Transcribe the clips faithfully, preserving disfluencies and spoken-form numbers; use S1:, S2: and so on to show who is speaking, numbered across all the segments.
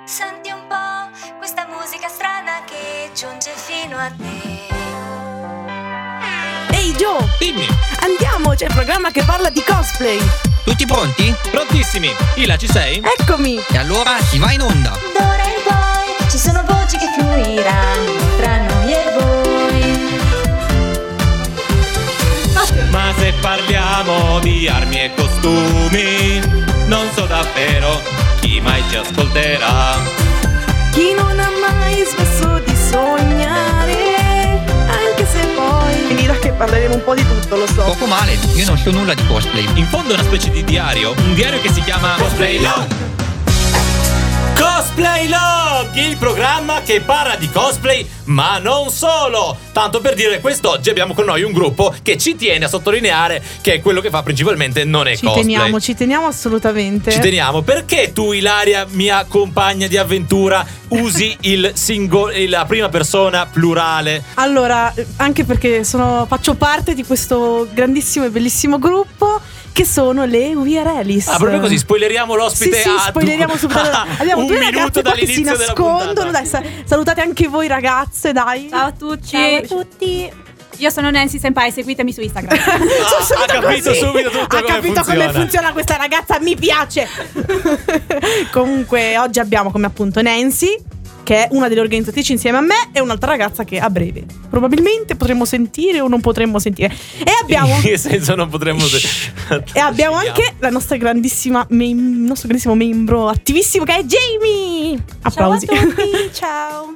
S1: Senti un po' questa musica strana che giunge fino a te.
S2: Ehi Joe,
S3: Dimmi.
S2: andiamo, c'è il programma che parla di cosplay.
S4: Tutti pronti?
S3: Prontissimi. Ila, ci sei?
S2: Eccomi.
S4: E allora si va in onda.
S1: D'ora in poi ci sono voci che fluiranno tra noi e voi.
S3: Ma se parliamo di armi e costumi, non so davvero chi mai ci ascolterà.
S2: Chi non ha mai smesso di sognare, anche se poi finirà che parleremo un po' di tutto, lo so.
S4: Poco male, io non so nulla di cosplay.
S3: In fondo è una specie di diario, un diario che si chiama Cosplay Log. Cosplay Log, il programma che parla di cosplay, ma non solo. Tanto per dire, quest'oggi abbiamo con noi un gruppo che ci tiene a sottolineare che è quello che fa principalmente non è
S2: Ci
S3: cosplay.
S2: teniamo, ci teniamo assolutamente.
S3: Ci teniamo. Perché tu, Ilaria, mia compagna di avventura, usi il singo- la prima persona plurale?
S2: Allora, anche perché sono, faccio parte di questo grandissimo e bellissimo gruppo che sono le We Are Alice.
S3: Ah, proprio così, spoileriamo l'ospite.
S2: Sì, sì,
S3: a
S2: spoileriamo subito. Abbiamo
S3: un
S2: due
S3: minuto
S2: ragazze qua che si
S3: dall'inizio della
S2: nascondono.
S3: puntata.
S2: Dai, sa- salutate anche voi ragazze, dai.
S5: Ciao a tutti.
S2: Ciao a tutti.
S5: Io sono Nancy Senpai, seguitemi su Instagram.
S2: Sono
S3: ha
S2: subito
S3: capito
S2: così.
S3: subito tutto
S2: ha
S3: come
S2: capito
S3: funziona.
S2: come funziona questa ragazza, mi piace. Comunque oggi abbiamo come appunto Nancy, che è una delle organizzatrici insieme a me, e un'altra ragazza che a breve probabilmente potremmo sentire o non potremmo sentire. E abbiamo
S3: In che senso non potremmo
S2: E abbiamo anche la nostra grandissima mem- il nostro grandissimo membro attivissimo che è Jamie. Applausi.
S5: Ciao a tutti, ciao.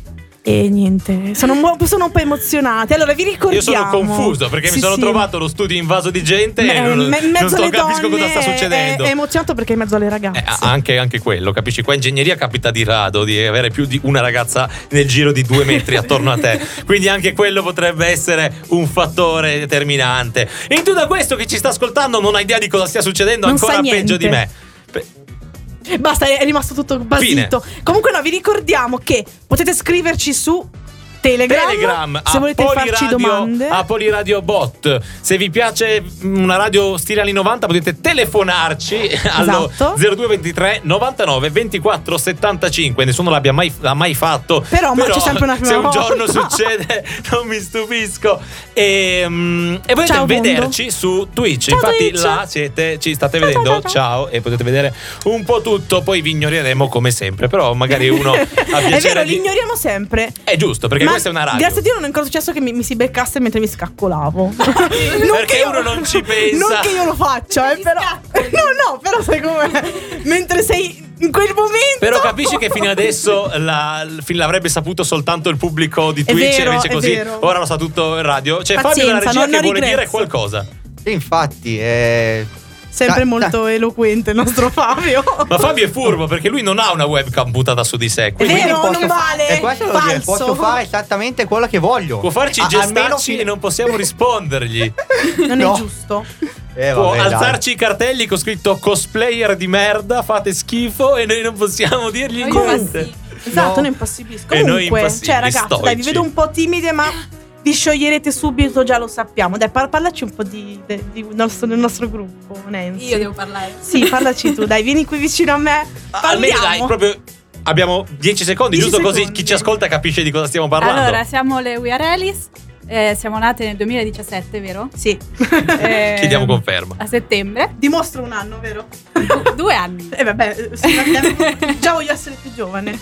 S2: E niente, sono, mo- sono un po' emozionate. Allora vi ricordiamo.
S3: Io sono confuso perché
S2: Sì,
S3: mi sono
S2: sì.
S3: trovato lo studio invaso di gente
S2: Me-
S3: e non,
S2: me- in mezzo
S3: non
S2: alle
S3: so, capisco
S2: donne
S3: cosa sta succedendo.
S2: È, è emozionato perché è in mezzo alle ragazze.
S3: Eh, anche, anche quello, capisci? Qua in ingegneria capita di rado di avere più di una ragazza nel giro di due metri attorno a te. Quindi anche quello potrebbe essere un fattore determinante. In tutto questo, chi ci sta ascoltando non ha idea di cosa stia succedendo,
S2: Non
S3: ancora
S2: sa
S3: peggio
S2: niente.
S3: di me. Pe-
S2: Basta, è rimasto tutto basito. Comunque no, vi ricordiamo che potete scriverci su Telegram,
S3: Telegram
S2: se
S3: a
S2: volete farci
S3: Poliradio-
S2: domande.
S3: a Poliradio Bot. Se vi piace una radio stile anni novanta potete telefonarci allo
S2: Esatto.
S3: zero due ventitré novantanove ventiquattro settantacinque. Nessuno l'abbia mai, l'ha mai fatto.
S2: Però, ma c'è sempre una prima
S3: se un
S2: volta.
S3: giorno succede non mi stupisco. E, mm, e potete
S2: Ciao, mondo.
S3: vederci su Twitch.
S2: Ciao,
S3: Infatti
S2: Twitch.
S3: là siete, ci state
S2: Ciao,
S3: vedendo.
S2: ciao, ciao, ciao.
S3: E potete vedere un po' tutto. Poi vi ignoreremo come sempre. Però magari uno ha
S2: È
S3: piacere
S2: vero,
S3: di...
S2: li ignoriamo sempre.
S3: È giusto, perché
S2: Ma
S3: questa è una radio.
S2: grazie a Dio non è ancora successo che mi, mi si beccasse mentre mi scaccolavo. Non
S3: Perché
S2: che io-
S3: uno non ci pensa.
S2: Non che io lo faccia, eh, però. No, no, però sai com'è. Mentre sei in quel momento.
S3: Però capisci che fino adesso la, fin l'avrebbe saputo soltanto il pubblico di
S2: È
S3: Twitch,
S2: vero,
S3: invece
S2: è
S3: così
S2: vero.
S3: ora lo sa tutto il radio. C'è Fabio
S2: Pazienza,
S3: della regia
S2: non
S3: che
S2: ho
S3: vuole
S2: rigrezzo.
S3: dire qualcosa.
S6: Sì, infatti, è...
S2: Sempre
S6: Da-
S2: molto eloquente il nostro Fabio.
S3: Ma Fabio è furbo perché lui non ha una webcam buttata su di sé.
S2: È
S3: Quindi
S2: vero,
S6: posso
S2: non
S6: fa-
S2: vale.
S6: E questo devo dire,
S2: Falso.
S6: posso fare esattamente quello che voglio.
S3: può farci
S6: A- almeno
S3: gestarci
S6: fino-
S3: e non possiamo rispondergli.
S2: Non
S6: No.
S2: è giusto.
S6: Eh,
S3: Può
S6: vabbè, dai.
S3: alzarci i cartelli con scritto cosplayer di merda, fate schifo e noi non possiamo dirgli
S5: Noi
S3: niente.
S2: Esatto,
S6: No.
S2: noi impassibili.
S3: E noi
S2: Comunque,
S3: impassibili,
S2: cioè ragazzi, dai, vi
S3: stoici.
S2: vedo un po' timide, ma vi scioglierete subito, già lo sappiamo. Dai, par- parlaci un po' di, de- di nostro, del nostro gruppo, Nancy.
S5: Io devo parlare.
S2: Sì, parlaci tu, dai, vieni qui vicino a me.
S3: Almeno dai,
S2: Parliamo.
S3: proprio abbiamo dieci secondi,
S2: dieci
S3: giusto così
S2: secondi.
S3: chi ci ascolta capisce di cosa stiamo parlando.
S5: Allora, siamo le We Are Alice. Eh, siamo nate nel duemiladiciassette, vero?
S2: Sì.
S5: Eh,
S3: Chiediamo conferma.
S5: A settembre.
S2: Dimostro un anno, vero?
S5: Du- due anni.
S2: E eh, vabbè, sì, vabbè, già voglio essere più giovane.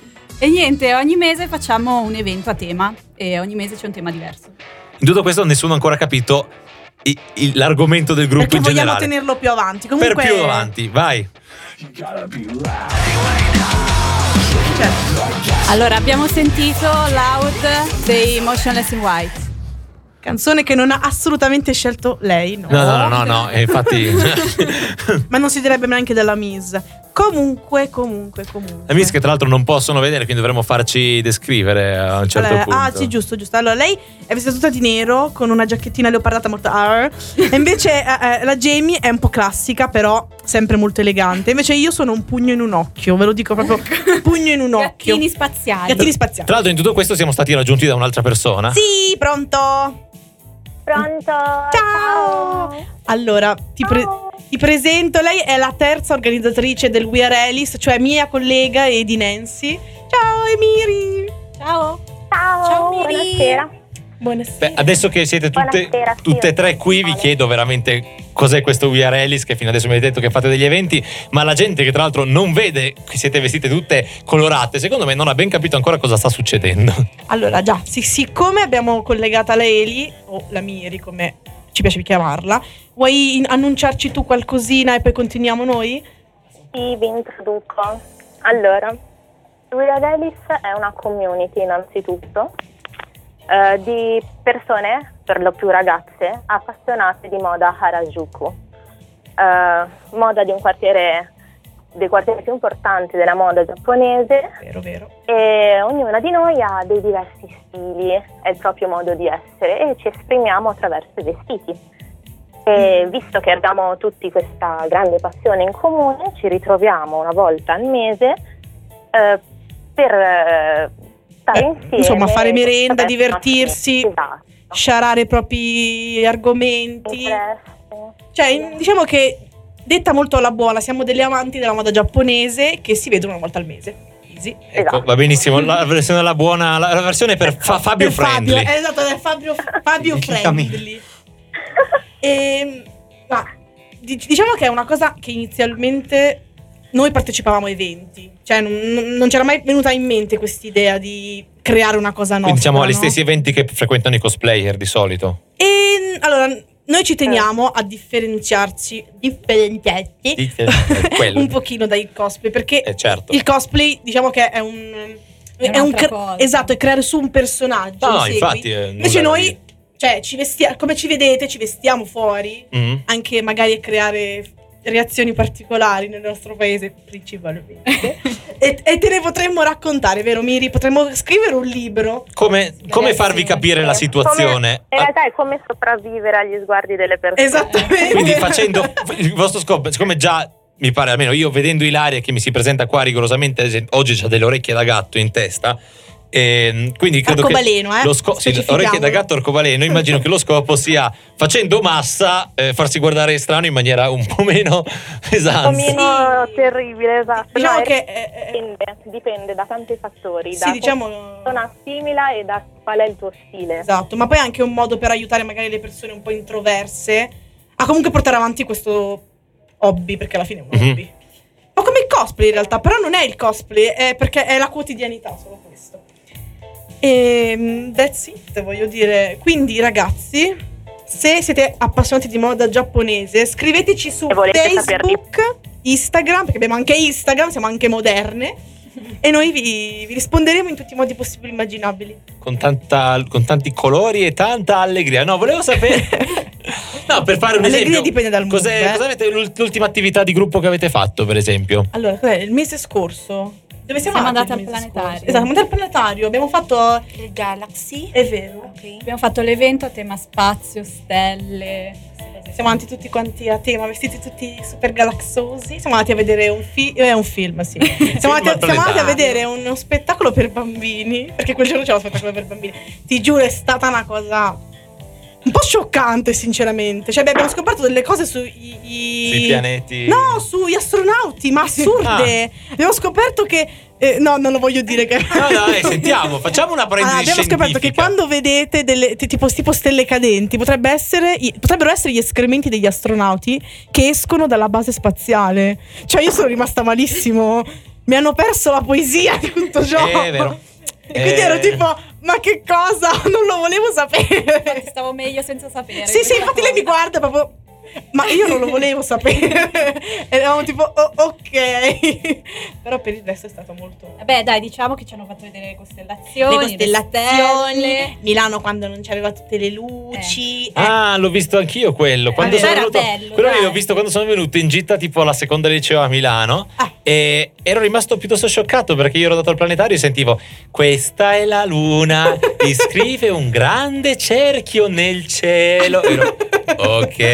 S5: E niente, ogni mese facciamo un evento a tema. E ogni mese c'è un tema diverso.
S3: In tutto questo nessuno ha ancora capito i- il- l'argomento del gruppo
S2: Perché
S3: in
S2: vogliamo
S3: generale.
S2: tenerlo più avanti. Comunque,
S3: Per più avanti, vai.
S5: Allora, abbiamo sentito Loud dei Motionless in White.
S2: canzone che non ha assolutamente scelto lei, no?
S3: No, no, no, no, no, e infatti
S2: Ma non si direbbe neanche della Miss. Comunque, comunque, comunque.
S3: la Miss che tra l'altro non possono vedere, quindi dovremmo farci descrivere a un certo
S2: Allora,
S3: punto.
S2: ah, sì, giusto, giusto. Allora, lei è vestita tutta di nero con una giacchettina leopardata molto ar. E invece eh, eh, la Jamie è un po' classica, però sempre molto elegante. Invece io sono un pugno in un occhio, ve lo dico proprio, pugno in un occhio.
S5: Gattini spaziali.
S2: Gattini spaziali.
S3: Tra l'altro in tutto questo siamo stati raggiunti da un'altra persona.
S2: Sì, pronto?
S7: Pronto?
S2: Ciao. Allora, ti, pre- ti presento, lei è la terza organizzatrice del We Are Alice, cioè mia collega e di Nancy. Ciao Emiri.
S5: Ciao.
S7: Ciao,
S5: Ciao, Miri.
S7: buonasera.
S2: Buonasera.
S3: Beh, adesso che siete tutte,
S7: Buonasera, sì,
S3: tutte e tre qui, vi
S7: buonasera.
S3: chiedo veramente cos'è questo We Are Alice, che fino adesso mi avete detto che fate degli eventi, ma la gente che tra l'altro non vede che siete vestite tutte colorate, secondo me non ha ben capito ancora cosa sta succedendo.
S2: Allora, già, sì, siccome abbiamo collegata la Eli, o la Miri come ci piace chiamarla, vuoi in- annunciarci tu qualcosina e poi continuiamo noi?
S7: Sì, vi introduco. Allora, We Are Alice è una community innanzitutto eh, di persone, per lo più ragazze, appassionate di moda Harajuku, eh, moda di un quartiere, dei quartieri più importanti della moda giapponese,
S2: Vero, vero.
S7: e ognuna di noi ha dei diversi stili, è il proprio modo di essere e ci esprimiamo attraverso i vestiti. E visto che abbiamo tutti questa grande passione in comune, ci ritroviamo una volta al mese eh, per eh, stare
S2: Eh,
S7: insieme.
S2: insomma, fare merenda,
S7: attraverso i nostri-
S2: divertirsi.
S7: Esatto.
S2: Sciarare i propri argomenti.
S7: Interessi.
S2: Cioè, in- diciamo che detta molto alla buona, siamo delle amanti della moda giapponese che si vedono una volta al mese. Easy.
S3: Ecco,
S7: Esatto.
S3: va benissimo, la versione la buona, la, la versione per fa- Fabio
S2: Per Fabio,
S3: Friendly.
S2: esatto, è Fabio, Fabio
S6: Decisamente.
S2: Friendly. E, ma, di- diciamo che è una cosa che inizialmente noi partecipavamo a eventi, cioè non, non- non c'era mai venuta in mente quest'idea di creare una cosa nostra.
S3: Quindi diciamo agli
S2: no?
S3: stessi eventi che frequentano i cosplayer di solito.
S2: E allora, noi ci teniamo a differenziarci, differenziarci
S3: Quello.
S2: un pochino dai cosplay, perché
S3: Eh, certo.
S2: il cosplay diciamo che è un
S5: È
S2: un
S5: un'altra
S2: cre-
S5: cosa.
S2: esatto, è creare su un personaggio.
S3: No, no,
S2: segui?
S3: infatti, eh,
S2: Invece
S3: nulla da
S2: noi,
S3: dire.
S2: cioè, ci vestia- come ci vedete, ci vestiamo fuori,
S3: Mm.
S2: anche magari a creare reazioni particolari nel nostro paese principalmente. e, e te ne potremmo raccontare, vero Miri? Potremmo scrivere un libro.
S3: Come, come farvi capire la
S7: Come-
S3: situazione?
S7: in realtà è come sopravvivere agli sguardi delle persone.
S2: Esattamente.
S3: Quindi facendo il vostro scopo, siccome già mi pare, almeno io vedendo Ilaria che mi si presenta qua rigorosamente, ad esempio, oggi c'ha delle orecchie da gatto in testa. E quindi credo
S2: Arcobaleno,
S3: che
S2: eh?
S3: lo sco- sì,
S2: Specifichiamolo.
S3: orecchie da gatto arcobaleno. Immagino che lo scopo sia, facendo massa, eh, farsi guardare strano in maniera un po' meno
S7: Un
S3: pesante.
S7: meno terribile, esatto.
S2: Diciamo
S7: No,
S2: che eh, eh,
S7: dipende, dipende da tanti fattori,
S2: sì,
S7: da
S2: diciamo
S7: persona simile e da qual è il tuo stile.
S2: esatto, ma poi è anche un modo per aiutare magari le persone un po' introverse a comunque portare avanti questo hobby, perché alla fine è un
S3: Mhm.
S2: hobby. Ma come il cosplay in realtà, però non è il cosplay, è perché è la quotidianità, solo questo. E that's it, voglio dire. Quindi ragazzi, se siete appassionati di moda giapponese, scriveteci su
S7: E volete saperne
S2: Facebook, Instagram, perché abbiamo anche Instagram, siamo anche moderne, e noi vi, vi risponderemo in tutti i modi possibili e immaginabili.
S3: Con, tanta, con tanti colori e tanta allegria. No, volevo sapere. No, per fare un
S2: Allegria
S3: esempio.
S2: dipende dal mood,
S3: cos'è,
S2: eh.
S3: cosa avete, l'ultima attività di gruppo che avete fatto, per esempio?
S2: Allora, cos'è? Il mese scorso. Dove siamo,
S5: Siamo
S2: andati
S5: andate
S2: il
S5: al
S2: mese
S5: planetario.
S2: scorso? Esatto, siamo andati al planetario. Abbiamo fatto.
S8: Il Galaxy.
S2: È vero.
S5: Abbiamo fatto l'evento a tema spazio, stelle.
S2: Siamo andati tutti quanti a tema, vestiti tutti super galaxosi. Siamo andati a vedere un film. È un film, sì. Siamo, andati,
S3: al
S2: siamo andati a
S3: planetario.
S2: vedere uno spettacolo per bambini. Perché quel giorno c'era lo spettacolo per bambini. Ti giuro, è stata una cosa un po' scioccante, sinceramente. Cioè, beh, abbiamo scoperto delle cose sui i-
S3: Sui pianeti.
S2: No, sugli astronauti, ma assurde. Abbiamo scoperto che. eh, no, non lo voglio dire che.
S3: No, dai, sentiamo, facciamo una parentesi
S2: Ah, abbiamo scoperto che
S3: scientifica.
S2: quando vedete delle t- tipo, tipo stelle cadenti, potrebbe essere, i- potrebbero essere gli escrementi degli astronauti che escono dalla base spaziale. Cioè, io sono rimasta malissimo. Mi hanno perso la poesia di tutto ciò.
S3: Eh, vero.
S2: E quindi
S3: Eh.
S2: ero tipo, ma che cosa? Non lo volevo sapere.
S5: Stavo meglio senza sapere.
S2: Sì, sì, infatti lei mi guarda proprio. Ma io non lo volevo sapere. E eravamo tipo, oh, ok. Però per il resto è stato molto.
S5: Vabbè, dai, diciamo che ci hanno fatto vedere le costellazioni.
S2: Le costellazioni,
S5: stelle.
S2: Milano quando non c'aveva tutte le luci. eh.
S3: Ah, l'ho visto anch'io quello. Quando
S2: Eh,
S3: sono
S5: era
S3: venuto,
S5: bello,
S3: quello lì
S5: dai.
S3: l'ho visto quando sono venuto in gita tipo alla seconda liceo a Milano.
S2: Ah.
S3: E ero rimasto piuttosto scioccato perché io ero andato al planetario e sentivo: questa è la luna, iscrive un grande cerchio nel cielo. Ero, ok.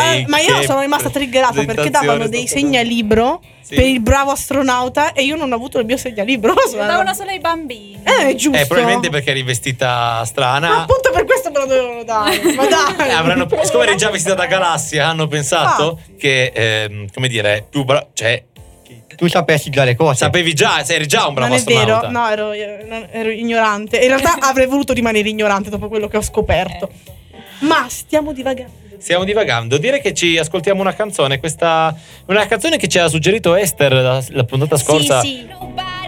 S3: Dai,
S2: ma io
S3: che
S2: sono rimasta triggerata perché davano dei segnalibro
S3: Sì.
S2: per il bravo astronauta e io non ho avuto il mio segnalibro.
S5: Lo davano solo ai bambini.
S2: Eh, è giusto.
S3: Eh, probabilmente perché eri vestita strana.
S2: Ma appunto per questo me lo dovevano dare. Ma dai.
S3: Eh, avranno, siccome eri già vestita da galassia, hanno pensato che, ehm, come dire, più bra- cioè,
S6: Tu sapessi già le cose.
S3: sapevi già, eri già un bravo
S2: Non è vero,
S3: astronauta.
S2: no, ero, ero, ero ignorante. In realtà avrei voluto rimanere ignorante dopo quello che ho scoperto. Ma stiamo divagando.
S3: Stiamo divagando. Direi che ci ascoltiamo una canzone. Questa una canzone che ci ha suggerito Esther la, la puntata scorsa.
S2: Sì, sì.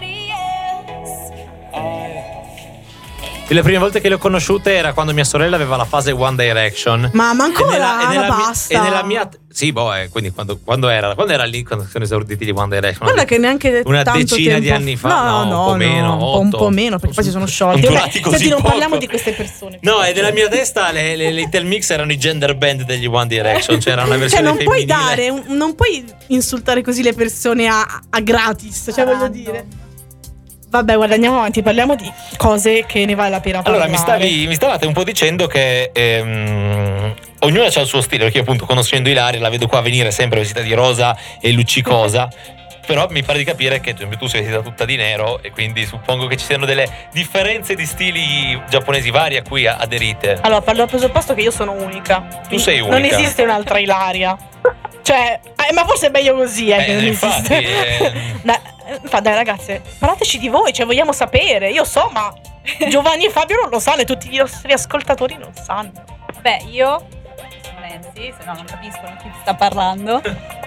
S3: Le prime volte che le ho conosciute era quando mia sorella aveva la fase One Direction.
S2: Ma, ma ancora?
S3: E nella, e
S2: Ma
S3: nella mia-
S2: basta.
S3: e nella mia. Sì, boh, eh, quindi quando, quando era? Quando era lì, quando sono esorditi di One Direction?
S2: Guarda che neanche
S3: una
S2: tanto
S3: decina
S2: tempo
S3: di anni fa.
S2: No,
S3: no,
S2: no,
S3: un po' meno.
S2: no, un po', un
S3: otto.
S2: po' meno perché poi si sono sciolti.
S3: Sono
S2: Vabbè,
S3: durati così
S2: senti, non
S3: poco.
S2: parliamo di queste persone.
S3: No, e nella mia testa le, le Little Mix erano i gender band degli One Direction. C'era una
S2: Cioè,
S3: versione
S2: non puoi
S3: femminile.
S2: dare, un- non puoi insultare così le persone a, a gratis. Cioè, voglio
S5: Saranno.
S2: dire. Vabbè, guarda, andiamo avanti, parliamo di cose che ne vale la pena parlare.
S3: Allora, mi, stavi, mi stavate un po' dicendo che ehm, ognuno ha il suo stile, perché io appunto conoscendo Ilaria la vedo qua venire sempre vestita di rosa e luccicosa. Però mi pare di capire che tu, tu sei vestita tutta di nero e quindi suppongo che ci siano delle differenze di stili giapponesi vari a cui aderite.
S2: Allora, parlo dal presupposto che io sono unica.
S3: Tu sei
S2: Non
S3: unica.
S2: esiste un'altra Ilaria. Cioè, eh, ma forse è meglio così, eh,
S3: Eh,
S2: che non
S3: infatti,
S2: esiste.
S3: eh.
S2: Dai, fa- dai, ragazze, parlateci di voi, cioè vogliamo sapere. Io so, ma Giovanni e Fabio non lo sanno e tutti i nostri ascoltatori non sanno.
S5: Beh, io sono Nancy, se no non capiscono chi sta parlando.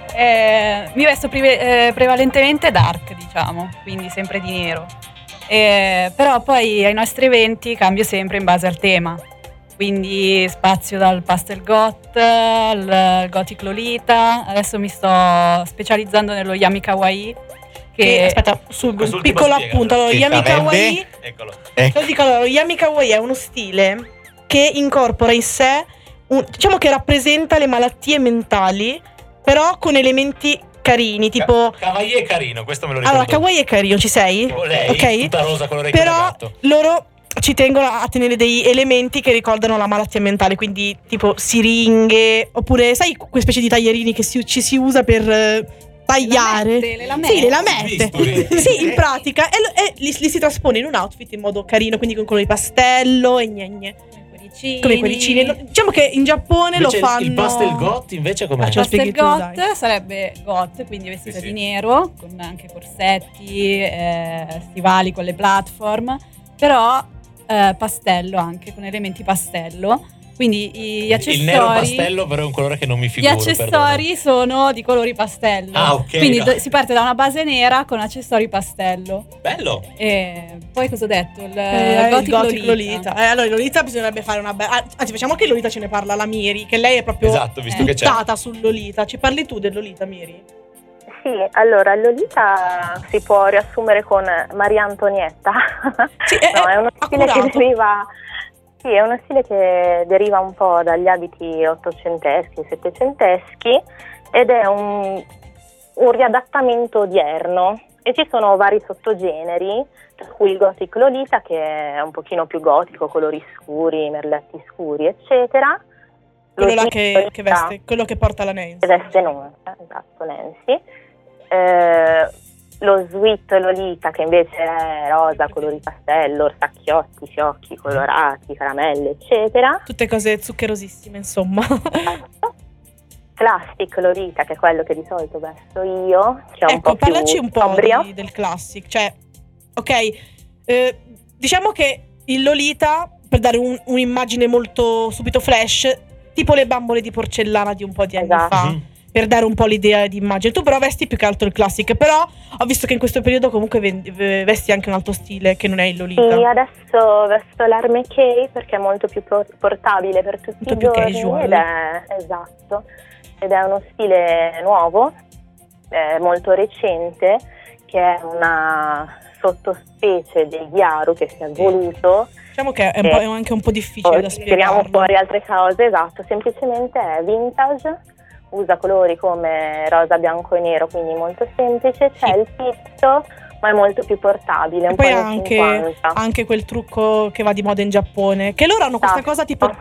S5: Eh, mi vesto prive- eh, prevalentemente dark, diciamo, quindi sempre di nero. Eh, però poi ai nostri eventi cambio sempre in base al tema. Quindi spazio dal pastel goth al gothic lolita. Adesso mi sto specializzando nello yami kawaii. Che,
S2: Che, aspetta, su un
S3: Quest'ultimo
S2: piccolo
S3: spiega.
S2: appunto. Allora,
S6: Che
S2: Yami
S6: sarebbe?
S2: Kawaii.
S3: Eccolo.
S6: Ecco.
S2: Lo dico, allora, lo Yami Kawaii è uno stile che incorpora in sé, un- diciamo che rappresenta le malattie mentali, però con elementi carini, tipo.
S3: Ka- Kawaii è carino, questo me lo ricordo.
S2: Allora, Kawaii è carino, ci sei?
S3: Oh, lei,
S2: Ok?
S3: tutta rosa con l'orecchio da
S2: Però
S3: gatto.
S2: loro ci tengono a tenere degli elementi che ricordano la malattia mentale, quindi tipo siringhe, oppure sai quelle specie di taglierini che si- ci si usa per eh, tagliare.
S5: lamette, le lamette.
S2: Sì, le lamette.
S3: Bisturi.
S2: Sì, in pratica. E, lo- e li, li si traspone in un outfit in modo carino, quindi con colori pastello e gne.
S5: cuoricini.
S2: Come i cuoricini. No, diciamo che in Giappone
S3: Invece
S2: lo fanno.
S3: il pastel goth invece com'è?
S2: Ah, ce lo
S5: Pastel
S2: spieghi tu,
S5: goth
S2: dai.
S5: sarebbe goth, quindi vestita
S3: Sì, sì.
S5: di nero, con anche corsetti, eh, stivali con le platform, però eh, pastello anche, con elementi pastello. Quindi gli accessori.
S3: Il nero pastello però è un colore che non mi
S5: Gli
S3: figuro.
S5: accessori sono di colori pastello.
S3: Ah, ok,
S5: Quindi
S3: no.
S5: do- si parte da una base nera con accessori pastello.
S3: perdonami. Bello.
S5: E poi cosa ho detto? Il,
S2: Eh,
S5: Gothic
S2: il Gothic
S5: Lolita.
S2: Lolita. Eh, allora, Lolita bisognerebbe fare una bella. Anzi, facciamo che Lolita ce ne parla la Miri, che lei è proprio
S3: Esatto, visto
S5: eh,
S3: che c'è.
S2: buttata sul Lolita. Ci parli tu del Lolita, Miri?
S7: Sì, allora Lolita si può riassumere con Maria Antonietta.
S2: Sì, è-
S7: No, è uno stile che
S2: accurato.
S7: deriva Sì, è uno stile che deriva un po' dagli abiti ottocenteschi, settecenteschi ed è un, un riadattamento odierno e ci sono vari sottogeneri, tra cui il Gothic Lolita che è un pochino più gotico, colori scuri, merletti scuri, eccetera.
S2: Quello
S7: Lo
S2: là
S7: Sweet
S2: che,
S7: Lolita,
S2: che veste, quello che porta la Nancy.
S7: che veste Nancy, esatto, Nancy. Eh, lo Sweet Lolita che invece è rosa, colori pastello, orsacchiotti, fiocchi colorati, caramelle, eccetera.
S2: Tutte cose zuccherosissime, insomma.
S7: Classic Lolita, che è quello che di solito vesto io, che è un
S2: Ecco,
S7: po' più
S2: parlaci un po'
S7: sobrio.
S2: di- del classic. Cioè, ok, eh, diciamo che il Lolita, per dare un- un'immagine molto subito flash, tipo le bambole di porcellana di un po' di anni
S7: Esatto.
S2: fa.
S3: Mhm.
S2: Per dare un po' l'idea di immagine. Tu però vesti più che altro il classic. Però ho visto che in questo periodo comunque ven- v- vesti anche un altro stile che non è il Lolita.
S7: Sì, adesso vesto l'Arme Kei perché è molto più por- portabile per tutti
S2: Molto
S7: i
S2: più
S7: giorni
S2: casual.
S7: ed è, esatto, ed è uno stile nuovo, eh, molto recente, che è una sottospecie del Gyaru che si è evoluto.
S2: Diciamo che è, un
S7: Sì.
S2: po', è anche un po' difficile da
S7: Tiriamo
S2: spiegare.
S7: fuori altre cose, esatto, semplicemente è vintage, usa colori come rosa, bianco e nero, quindi molto semplice, c'è
S2: Sì.
S7: il pizzo, ma è molto più portabile,
S2: E
S7: un po'
S2: poi
S7: anni
S2: anche,
S7: cinquanta.
S2: anche quel trucco che va di moda in Giappone. Che loro hanno questa
S7: Esatto.
S2: cosa tipo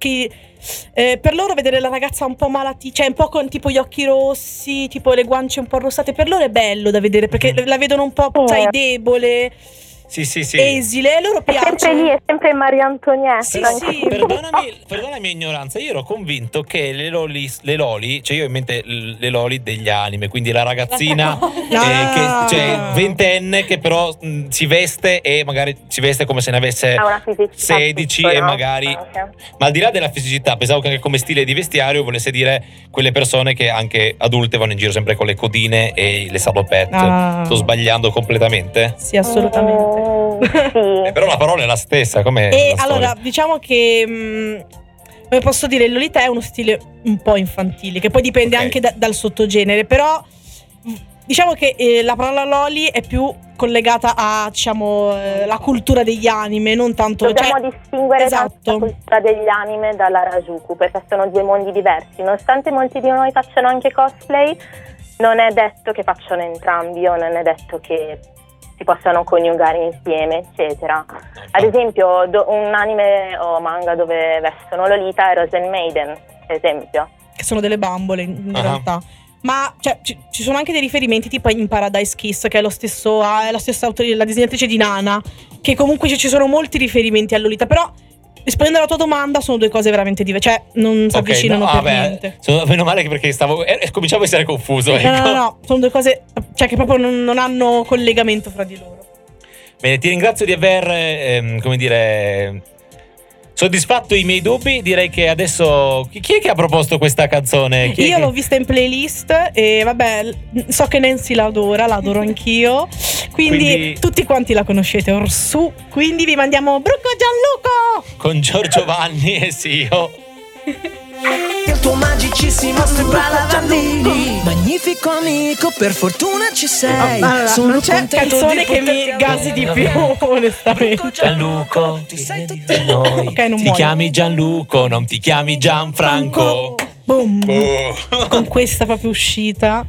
S2: occhi. Eh, per loro vedere la ragazza un po' malati, cioè un po' con tipo gli occhi rossi, tipo le guance un po' arrossate, per loro è bello da vedere perché
S3: Mhm.
S2: la vedono un po',
S7: Sì.
S2: sai, debole,
S3: Sì, sì, sì.
S2: esile, e loro
S7: È sempre
S2: piace.
S7: lì, è sempre Maria Antonietta.
S2: Sì,
S7: anche
S2: sì.
S7: lì.
S3: Perdonami, perdona la mia ignoranza, io ero convinto che le loli, le loli, cioè io ho in mente l- le loli degli anime, quindi la ragazzina eh,
S2: Ah.
S3: che, cioè ventenne che però mh, si veste e magari si veste come se ne avesse
S7: Ha una fisicità
S3: sedici
S7: piccola,
S3: e magari,
S7: anche.
S3: ma al di là della fisicità, pensavo che anche come stile di vestiario volesse dire quelle persone che anche adulte vanno in giro sempre con le codine e le salopette.
S2: Ah.
S3: Sto sbagliando completamente?
S2: Sì, assolutamente.
S7: Mm, sì.
S3: Eh, però la parola è la stessa, come
S2: E allora, diciamo che mh, come posso dire, il Lolita è uno stile un po' infantile, che poi dipende
S3: Ok.
S2: anche da- dal sottogenere, però mh, diciamo che eh, la parola Loli è più collegata a, diciamo, eh, la cultura degli anime, non tanto,
S7: Dobbiamo
S2: cioè,
S7: distinguere
S2: esatto.
S7: la cultura degli anime dalla Harajuku, perché sono due mondi diversi. Nonostante molti di noi facciano anche cosplay, non è detto che facciano entrambi o non è detto che si possano coniugare insieme, eccetera. Ad esempio, do- un anime o manga dove vestono Lolita è Rosen Maiden, per esempio.
S2: che sono delle bambole in in
S3: Ah.
S2: realtà. Ma cioè, ci, ci sono anche dei riferimenti tipo in Paradise Kiss, che è lo stesso, è la stessa autori- la disegnatrice di Nana, che comunque ci, ci sono molti riferimenti a Lolita, però rispondendo alla tua domanda sono due cose veramente diverse, cioè non si
S3: Ok,
S2: avvicinano
S3: no,
S2: per
S3: vabbè,
S2: niente.
S3: sono- meno male che perché stavo eh, cominciavo a essere confuso.
S2: No,
S3: ecco.
S2: no, no, no, sono due cose cioè, che proprio non, non hanno collegamento fra di loro.
S3: Bene, ti ringrazio di aver, ehm, come dire, soddisfatto i miei dubbi. Direi che adesso chi chi è che ha proposto questa canzone? Chi è
S2: Io
S3: che-
S2: l'ho vista in playlist e vabbè, l- so che Nancy la adora, la adoro anch'io. Quindi,
S3: Quindi-
S2: tutti quanti la conoscete orsù. Quindi vi mandiamo Brucco Gianluco!
S3: con Giorgio Vanni e Sio.
S8: Il tuo magicissimo sembra lavandini. Magnifico amico, per fortuna ci sei.
S2: Allora,
S8: Sono
S2: non c'è
S8: contento
S2: canzone
S8: di
S2: che mi
S8: poterti
S2: gasi di
S8: avere.
S2: più, onestamente.
S3: Gianluco,
S8: Ti sei tutti
S3: di noi.
S2: Ok, non
S3: ti
S2: muoio.
S3: chiami Gianluco, non ti chiami Gianfranco.
S2: Boom.
S3: Oh.
S2: Con questa proprio uscita.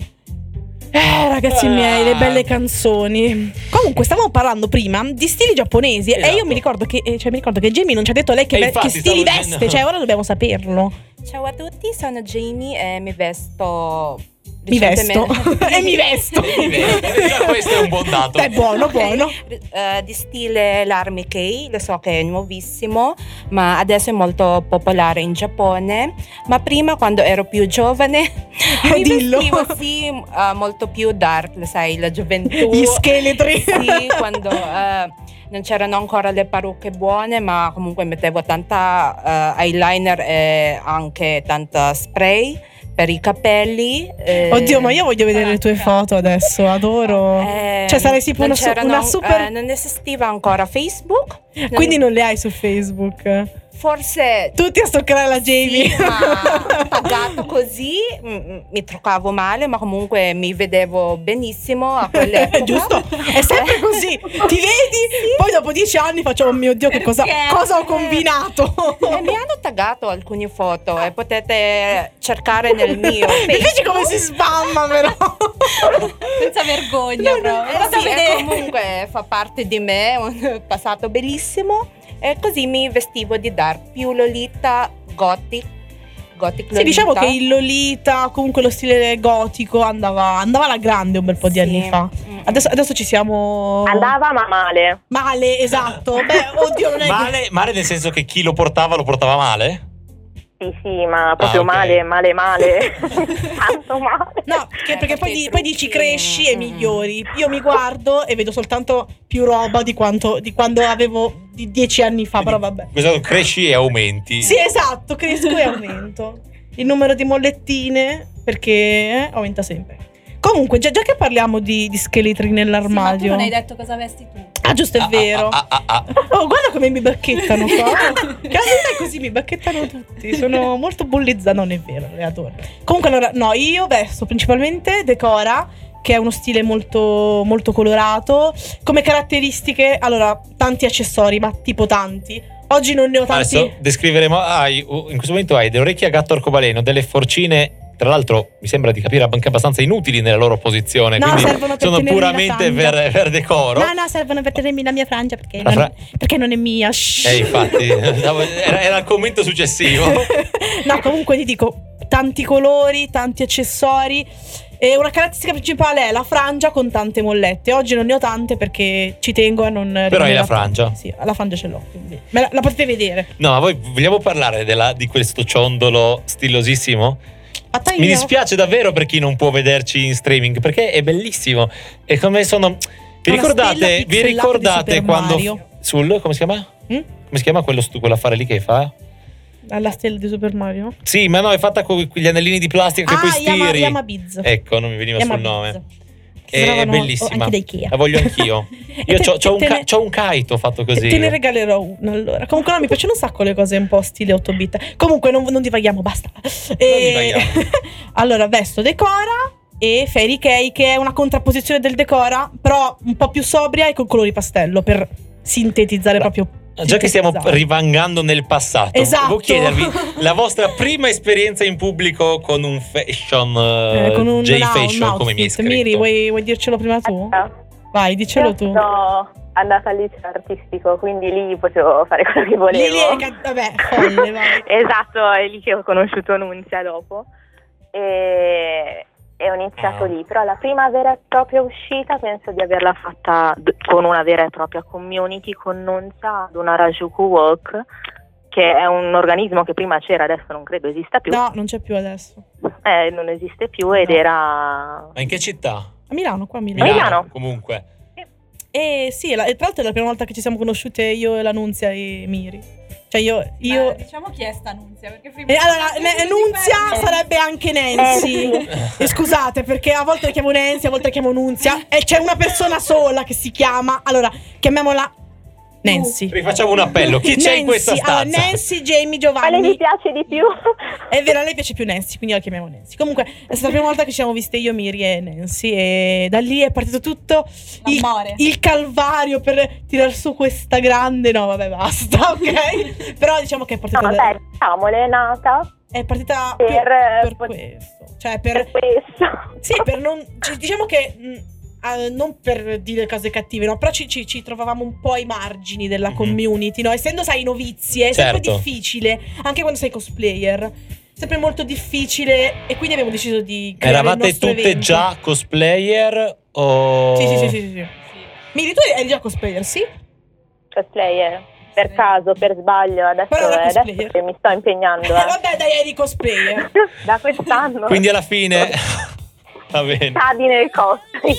S2: Eh, ragazzi miei, le belle canzoni. Comunque, stavamo parlando prima di stili giapponesi. E
S3: Esatto.
S2: io mi ricordo che, eh, cioè, mi ricordo che Jamie non ci ha detto lei che,
S3: E
S2: ve-
S3: infatti
S2: che stili
S3: stavo
S2: veste.
S3: dicendo-
S2: Cioè, ora dobbiamo saperlo.
S9: Ciao a tutti, sono Jamie e mi vesto.
S2: Mi vesto.
S9: recentemente-
S2: e mi vesto.
S3: Già questo è un buon dato.
S2: È buono,
S9: Ok,
S2: buono.
S9: eh, di stile l'Army Kei, lo so che è nuovissimo, ma adesso è molto popolare in Giappone. Ma prima, quando ero più giovane, mi
S2: Dillo.
S9: vestivo sì, eh, molto più dark, lo sai, la gioventù.
S2: Gli scheletri.
S9: Sì, quando eh, non c'erano ancora le parrucche buone, ma comunque mettevo tanta eh, eyeliner e anche tanta spray per i capelli. eh,
S2: Oddio, ma io voglio vedere le tue foto adesso, adoro.
S9: eh,
S2: Cioè, sarei tipo
S9: non
S2: una, su-
S9: c'erano-
S2: una super.
S9: eh, non esistiva ancora Facebook.
S2: Quindi non le hai su Facebook.
S9: Forse
S2: Tutti a stoccare la Jamie.
S9: sì, ma pagato così mm, mi truccavo male, ma comunque mi vedevo benissimo a quell'epoca.
S2: È giusto, è sempre così. Ti vedi? Poi dopo dieci anni faccio, oh mio Dio, che cosa,
S9: Perché?
S2: cosa ho combinato?
S9: E mi hanno taggato alcune foto e potete cercare nel mio
S2: Mi dici
S9: Facebook.
S2: come si spamma però.
S5: Senza vergogna,
S9: Eh,
S5: proprio. Era da
S9: sì, e
S5: vedere.
S9: comunque fa parte di me, un passato bellissimo. E così mi vestivo di dark, più Lolita, gothic, gothic Lolita.
S2: Sì, diciamo che il Lolita, comunque lo stile gotico andava, andava alla grande un bel po' di
S9: Sì.
S2: anni fa.
S9: Mm.
S2: Adesso, adesso ci siamo
S7: Andava ma male.
S2: male, esatto. Beh, oddio, non è che-
S3: Male, male nel senso che chi lo portava lo portava male?
S7: Sì, sì, ma proprio
S3: Ah, ok.
S7: male, male, male. Tanto male.
S2: No, che- perché poi,
S9: Perché
S2: di-
S9: i
S2: poi dici
S9: trucchi-
S2: cresci e
S9: mm.
S2: migliori. Io mi guardo e vedo soltanto più roba di quanto di quando avevo di dieci anni fa, però vabbè.
S3: Questo cresci e aumenti.
S2: Sì, esatto, cresco e aumento il numero di mollettine perché eh, aumenta sempre. Comunque, già, già che parliamo di, di scheletri
S5: Sì, ma tu
S2: nell'armadio.
S5: non hai detto cosa vesti tu.
S2: Ah, giusto, è
S3: Ah,
S2: vero.
S3: ah, ah, ah, ah.
S2: Oh, guarda come mi bacchettano qua. Casita è così, mi bacchettano tutti. Sono molto bullizzata. Non è vero, le adoro. Comunque, allora, no, io vesto principalmente Decora, che è uno stile molto, molto colorato. Come caratteristiche, allora, tanti accessori, ma tipo tanti. Oggi non ne ho tanti.
S3: Adesso descriveremo. Hai, in questo momento hai delle orecchie a gatto arcobaleno, delle forcine tra l'altro mi sembra di capire anche abbastanza inutili nella loro posizione,
S2: No,
S3: quindi
S2: servono per
S3: sono
S2: tenermi la
S3: puramente
S2: frangia.
S3: per, per decoro.
S2: No, no, servono per tenermi la mia frangia perché,
S3: La
S2: non,
S3: fra-
S2: perché non è mia. Shh.
S3: Eh, infatti, era, era il commento successivo.
S2: No, comunque ti dico, tanti colori, tanti accessori. E una caratteristica principale è la frangia con tante mollette. Oggi non ne ho tante perché ci tengo a non.
S3: Però hai la
S2: rimanere
S3: frangia.
S2: Sì, la frangia ce l'ho, quindi me la, la potete vedere.
S3: No, ma voi vogliamo parlare della, di questo ciondolo stilosissimo?
S2: Fatta io.
S3: Mi dispiace davvero per chi non può vederci in streaming, perché è bellissimo. E come sono. Vi
S2: Una
S3: ricordate?
S2: stella
S3: Vi
S2: pixelata di
S3: ricordate
S2: Super
S3: quando.
S2: Mario.
S3: Sul. Come si chiama?
S2: Mm?
S3: Come si chiama quello stu- quell'affare lì che fa?
S2: Alla stella di Super Mario.
S3: Sì, ma no, è fatta con quegli anellini di plastica che
S2: Ah,
S3: poi stiri.
S2: Yama, Yama Biz.
S3: Ecco, non mi veniva
S2: Yama
S3: sul
S2: Biz.
S3: nome.
S2: Che
S3: È
S2: trovano
S3: bellissima.
S2: anche da Ikea.
S3: La voglio anch'io.
S2: E
S3: Io
S2: te-
S3: c'ho, c'ho un
S2: te ne-
S3: ca- c'ho un kite fatto così.
S2: Te ne regalerò uno allora. Comunque no, mi piacciono un sacco le cose un po' stile otto bit. Comunque non, non divaghiamo, basta. E...
S3: divaghiamo.
S2: Allora, vesto decora e Fairy Cake, che è una contrapposizione del decora, però un po' più sobria e con colori pastello per sintetizzare proprio.
S3: Già che stiamo
S2: sintetizzare.
S3: rivangando nel passato,
S2: Esatto.
S3: volevo chiedervi la vostra prima esperienza in pubblico con un fashion
S2: Eh, con un,
S3: J-Fashion,
S2: un
S3: come mi hai
S2: outfit.
S3: scritto.
S2: Miri, vuoi, vuoi dircelo prima tu? Vai, dicelo
S7: Io
S2: tu.
S7: sono andata al liceo artistico, quindi lì potevo fare quello che volevo.
S2: Lì, lì è ca- vabbè, folle, vai.
S7: Esatto, è lì che ho conosciuto Nunzia dopo e, e ho iniziato
S3: Ah.
S7: lì, però la prima vera e propria uscita penso di averla fatta d- con una vera e propria community con Nunzia ad una Harajuku Walk, che è un organismo che prima c'era, adesso non credo esista più.
S2: No, non c'è più adesso.
S7: Eh, non esiste più ed
S2: No.
S7: era
S3: Ma in che città?
S2: A Milano, qua a Milano.
S7: Milano.
S3: Comunque.
S2: E sì, la- e tra l'altro è la prima volta che ci siamo conosciute io e la Nunzia e Miri. Cioè io... io...
S5: Beh, diciamo chi è sta Nunzia, perché prima
S2: E allora, ne- Nunzia
S7: Eh.
S2: sarebbe anche Nancy.
S7: Eh,
S2: E scusate, perché a volte la chiamo Nancy, a volte la chiamo Nunzia. E c'è una persona sola che si chiama. Allora, chiamiamola Nancy.
S3: Rifacciamo un appello. Chi c'è in questa
S2: Nancy, allora,
S3: stanza?
S2: Nancy, Jamie,
S7: Quale mi
S2: Giovanni.
S7: piace di più?
S2: È vero, a lei piace più Nancy, quindi la chiamiamo Nancy. Comunque, è stata la prima volta che ci siamo viste io, Miri e Nancy. E da lì è partito tutto il,
S5: L'amore.
S2: il calvario per tirar su questa grande. No, vabbè, basta, ok? Però diciamo che è partita.
S7: No,
S2: da-
S7: dai, diciamole, è nata
S2: È partita
S7: Per,
S2: per,
S7: eh,
S2: per
S7: pot-
S2: questo. Cioè, per.
S7: per questo.
S2: Sì, per non. cioè, diciamo che. mh, ah, non per dire cose cattive, no? Però ci, ci- ci trovavamo un po' ai margini della
S3: Mhm.
S2: community, no? Essendo, sai, novizie, è sempre
S3: Certo.
S2: difficile, anche quando sei cosplayer. Sempre molto difficile. E quindi abbiamo deciso di creare il
S3: Eravate
S2: nostro
S3: tutte
S2: evento.
S3: già cosplayer o...
S2: Sì, sì, sì, sì, sì, sì. Miri, tu eri già cosplayer, sì?
S7: Cosplayer. Per caso, per sbaglio, adesso,
S2: Però da
S7: adesso
S2: cosplayer.
S7: che mi sto impegnando.
S2: Eh,
S7: Eh.
S2: vabbè, dai, eri cosplayer.
S7: Da quest'anno.
S3: Quindi alla fine... Va bene.
S7: cadi nel cosplay.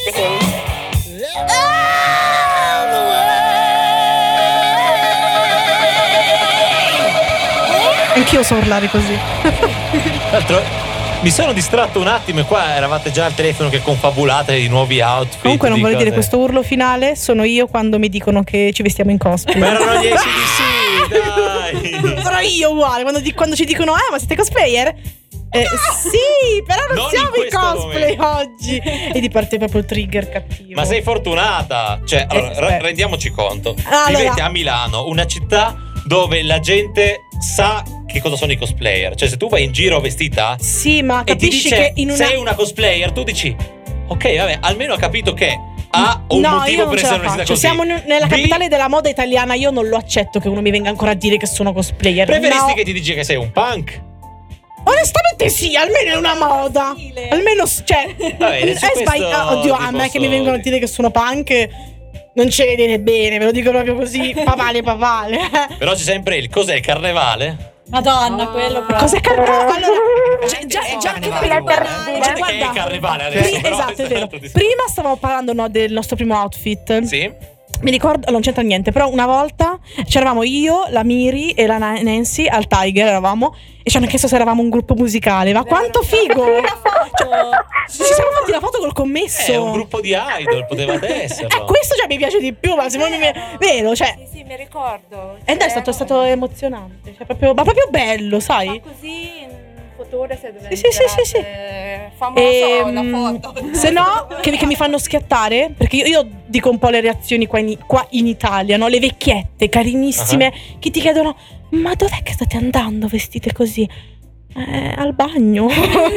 S2: Anch'io so urlare così.
S3: Tra l'altro, mi sono distratto un attimo e qua eravate già al telefono che confabulate i nuovi outfit.
S2: Comunque non
S3: di
S2: vorrei dire,
S3: cose.
S2: questo urlo finale sono io quando mi dicono che ci vestiamo in cosplay.
S3: Ma erano gli A C D C, dai!
S2: Sono io uguale, quando, di- quando ci dicono eh ma siete cosplayer? Eh, sì, però non,
S3: Non in
S2: siamo in
S3: questo
S2: cosplay
S3: momento.
S2: oggi. E ti parte proprio il trigger cattivo.
S3: Ma sei fortunata. Cioè, allora,
S2: aspetta.
S3: re- rendiamoci conto.
S2: Allora.
S3: Vivete a Milano, una città dove la gente sa che cosa sono i cosplayer. Cioè, se tu vai in giro vestita
S2: Sì, ma
S3: e ti
S2: capisci
S3: dice
S2: che in una
S3: sei una cosplayer, tu dici ok, vabbè, almeno ha capito che ha un
S2: no, io
S3: motivo
S2: non
S3: per
S2: ce
S3: essere
S2: la
S3: vestita
S2: faccio.
S3: così.
S2: Siamo in- nella
S3: B,
S2: capitale della moda italiana. Io non lo accetto che uno mi venga ancora a dire che sono cosplayer.
S3: Preferisti
S2: No.
S3: che ti dici che sei un punk?
S2: Onestamente sì, almeno è una moda. Almeno, s- cioè,
S3: Vabbè,
S2: è
S3: su questo
S2: sbagliato. Oddio,
S3: ti
S2: a me
S3: posso
S2: che mi vengono a
S3: dire.
S2: dire che sono punk non ce vedete bene, ve lo dico proprio così, papale papale.
S3: Però c'è sempre il cos'è il carnevale?
S5: Madonna, quello proprio.
S2: Cos'è carnevale? Allora, già, già,
S4: È
S2: già
S4: carnevale,
S2: prima-
S7: guarda.
S3: Guarda che è
S2: guarda,
S3: carnevale adesso.
S2: pri-
S3: però
S2: esatto, è vero.
S3: ti-
S2: Prima stavamo parlando no, del nostro primo outfit.
S3: Sì.
S2: Mi ricordo, non c'entra niente, però una volta c'eravamo io, la Miri e la Na- Nancy al Tiger, eravamo, e ci hanno chiesto se eravamo un gruppo musicale. Ma quanto figo! Cioè, ci siamo fatti la foto col commesso.
S3: È un gruppo di idol, potevate esserlo.
S2: Eh, questo già mi piace di più, ma secondo me vero, cioè.
S9: Sì, sì, mi ricordo.
S2: Ed è stato, è stato emozionante, cioè proprio, ma proprio bello,
S9: Ma
S2: sai?
S9: così in futuro se
S2: Sì, sì, sì, sì, sì.
S9: famoso
S2: Ehm,
S9: la foto.
S2: se no, che, che mi fanno schiattare, perché io, io dico un po' le reazioni qua in, qua in Italia, no? Le vecchiette carinissime che ti chiedono: ma dov'è che state andando vestite così? Eh, al bagno.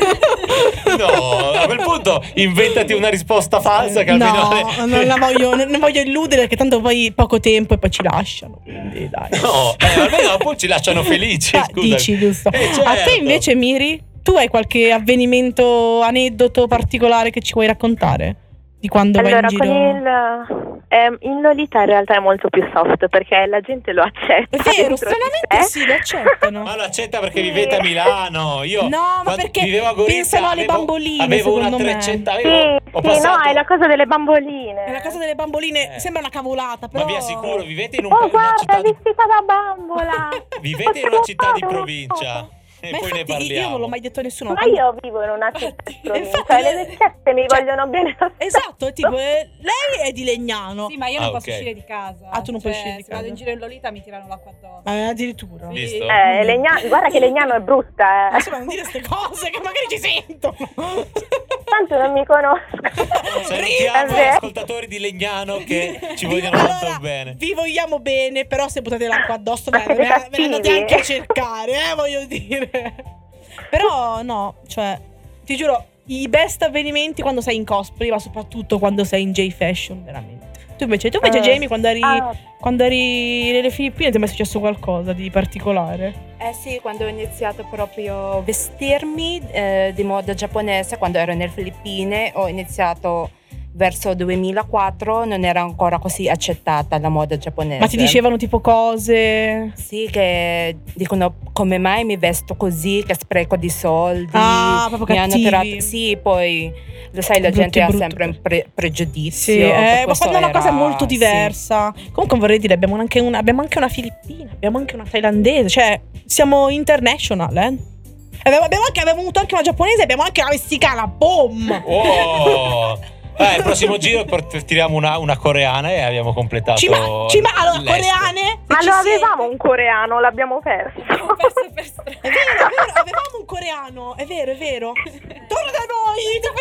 S3: No, a quel punto inventati una risposta falsa che almeno
S2: No, non la voglio, non ne voglio illudere, perché tanto poi poco tempo e poi ci lasciano. Quindi dai.
S3: No, eh, almeno poi ci lasciano felici.
S2: Ah,
S3: Scusami.
S2: dici, giusto.
S3: Eh,
S2: A te
S3: certo.
S2: invece, Miri, tu hai qualche avvenimento, aneddoto particolare che ci vuoi raccontare? Di quando
S7: Allora,
S2: vai in
S7: con
S2: giro?
S7: il ehm, in Lolita in realtà è molto più soft perché la gente lo accetta.
S2: È vero,
S7: dentro di
S2: stranamente
S7: sé.
S2: sì, lo accettano.
S3: Ma lo accetta perché vivete a Milano. Io
S2: No, ma
S3: quando
S2: perché
S3: vivevo a Gorizia,
S2: pensano alle
S3: avevo-
S2: bamboline,
S3: Avevo una
S2: secondo me.
S3: trecenta.
S7: Sì,
S3: Avevo, ho
S7: sì,
S3: passato,
S7: no, è la cosa delle bamboline.
S2: È la casa delle bamboline,
S3: Eh.
S2: sembra una cavolata, però.
S3: Ma vi assicuro, vivete in un
S7: Oh,
S3: pa- una
S7: guarda,
S3: città
S7: è
S3: di,
S7: vestita da bambola.
S3: vivete in una città di provincia. E
S2: Ma
S3: poi ne
S2: infatti
S3: parliamo.
S2: io non l'ho mai detto a nessuno.
S7: Ma io vivo in una città
S2: Infatti-
S7: di provincia
S2: infatti
S7: e le
S2: le-
S7: vecchiette mi
S2: cioè,
S7: vogliono bene lo stesso.
S2: Esatto, è tipo, eh, lei è di Legnano.
S5: Sì, ma io non
S3: Ah,
S5: posso
S3: ok.
S5: uscire di casa.
S2: Ah, tu non puoi
S5: Cioè,
S2: uscire di
S5: se vado
S2: casa.
S5: in giro in Lolita mi tirano l'acqua addosso.
S2: Ma addirittura.
S5: Sì.
S3: Visto?
S7: Eh, Legna- guarda che Legnano è brutta,
S2: Ma
S7: eh.
S2: insomma, non dire queste cose che magari ci sentono.
S7: Tanto non mi conosco.
S3: Salutiamo
S7: È
S3: gli
S7: vero.
S3: ascoltatori di Legnano che ci vogliono
S2: Allora,
S3: tanto bene.
S2: vi vogliamo bene, però se buttate l'acqua addosso,
S7: Ma
S2: ve
S7: siete
S2: ve la ve la
S7: cattivi.
S2: andate anche a cercare, eh, voglio dire. Però no, cioè, ti giuro, i best avvenimenti quando sei in cosplay, ma soprattutto quando sei in J-Fashion, veramente. Tu invece, tu invece
S7: Eh.
S2: Jamie, quando eri,
S7: Ah,
S2: quando eri nelle Filippine, ti è mai successo qualcosa di particolare?
S9: Eh sì, quando ho iniziato proprio a vestirmi eh, di moda giapponese, quando ero nelle Filippine, ho iniziato verso duemilaquattro, non era ancora così accettata la moda giapponese.
S2: Ma ti dicevano tipo cose?
S9: Sì, che dicono come mai mi vesto così, che spreco di soldi.
S2: Ah, proprio
S9: mi hanno
S2: cattivi.
S9: tirato. Sì, poi lo sai, la
S2: Brutti,
S9: gente ha
S2: brutti.
S9: sempre un pre- pregiudizio.
S2: Sì,
S9: per
S2: eh, ma
S9: questo
S2: quando è una cosa
S9: era-
S2: molto
S9: sì.
S2: diversa. Comunque vorrei dire, abbiamo anche una, abbiamo anche una filippina, abbiamo anche una thailandese, cioè siamo international, eh. Abbiamo, abbiamo anche, abbiamo avuto anche una giapponese, abbiamo anche una messicana, boom!
S3: Oh! Eh, il prossimo giro port- tiriamo una, una coreana e abbiamo completato.
S2: Ci ma, ci ma, allora,
S3: l'est.
S2: coreane?
S7: ma
S2: se
S7: lo
S2: ci
S7: avevamo un coreano, l'abbiamo perso.
S5: Ho perso per strada.
S2: sei- È vero, è vero, avevamo un coreano, è vero, è vero. Torna da noi, ti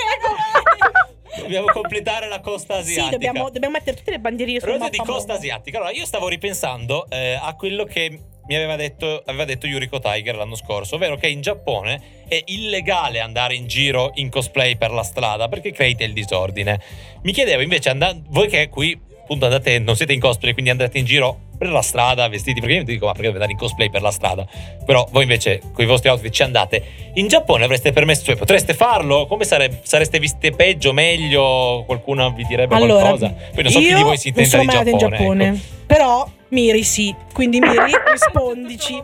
S2: prego!
S3: Dobbiamo completare la costa asiatica.
S2: Sì, dobbiamo, dobbiamo mettere tutte le bandierine
S3: A
S2: sul
S3: proposito di
S2: mappa
S3: costa
S2: mondo.
S3: asiatica, allora io stavo ripensando eh, a quello che mi aveva detto, aveva detto Yuriko Tiger l'anno scorso, ovvero che in Giappone è illegale andare in giro in cosplay per la strada perché create il disordine. Mi chiedevo invece, andando, voi che qui appunto andate, non siete in cosplay, quindi andate in giro per la strada vestiti, perché io ti dico ma perché dovete andare in cosplay per la strada, però voi invece con i vostri outfit ci andate. In Giappone avreste permesso, cioè potreste farlo? Come sare- sareste viste peggio, meglio? Qualcuno vi direbbe
S2: Allora,
S3: qualcosa? Poi non so chi
S2: io
S3: di voi si
S2: non
S3: intenda
S2: sono
S3: di
S2: mai andata in
S3: Giappone,
S2: Giappone,
S3: ecco.
S2: però Miri sì, quindi Miri rispondici.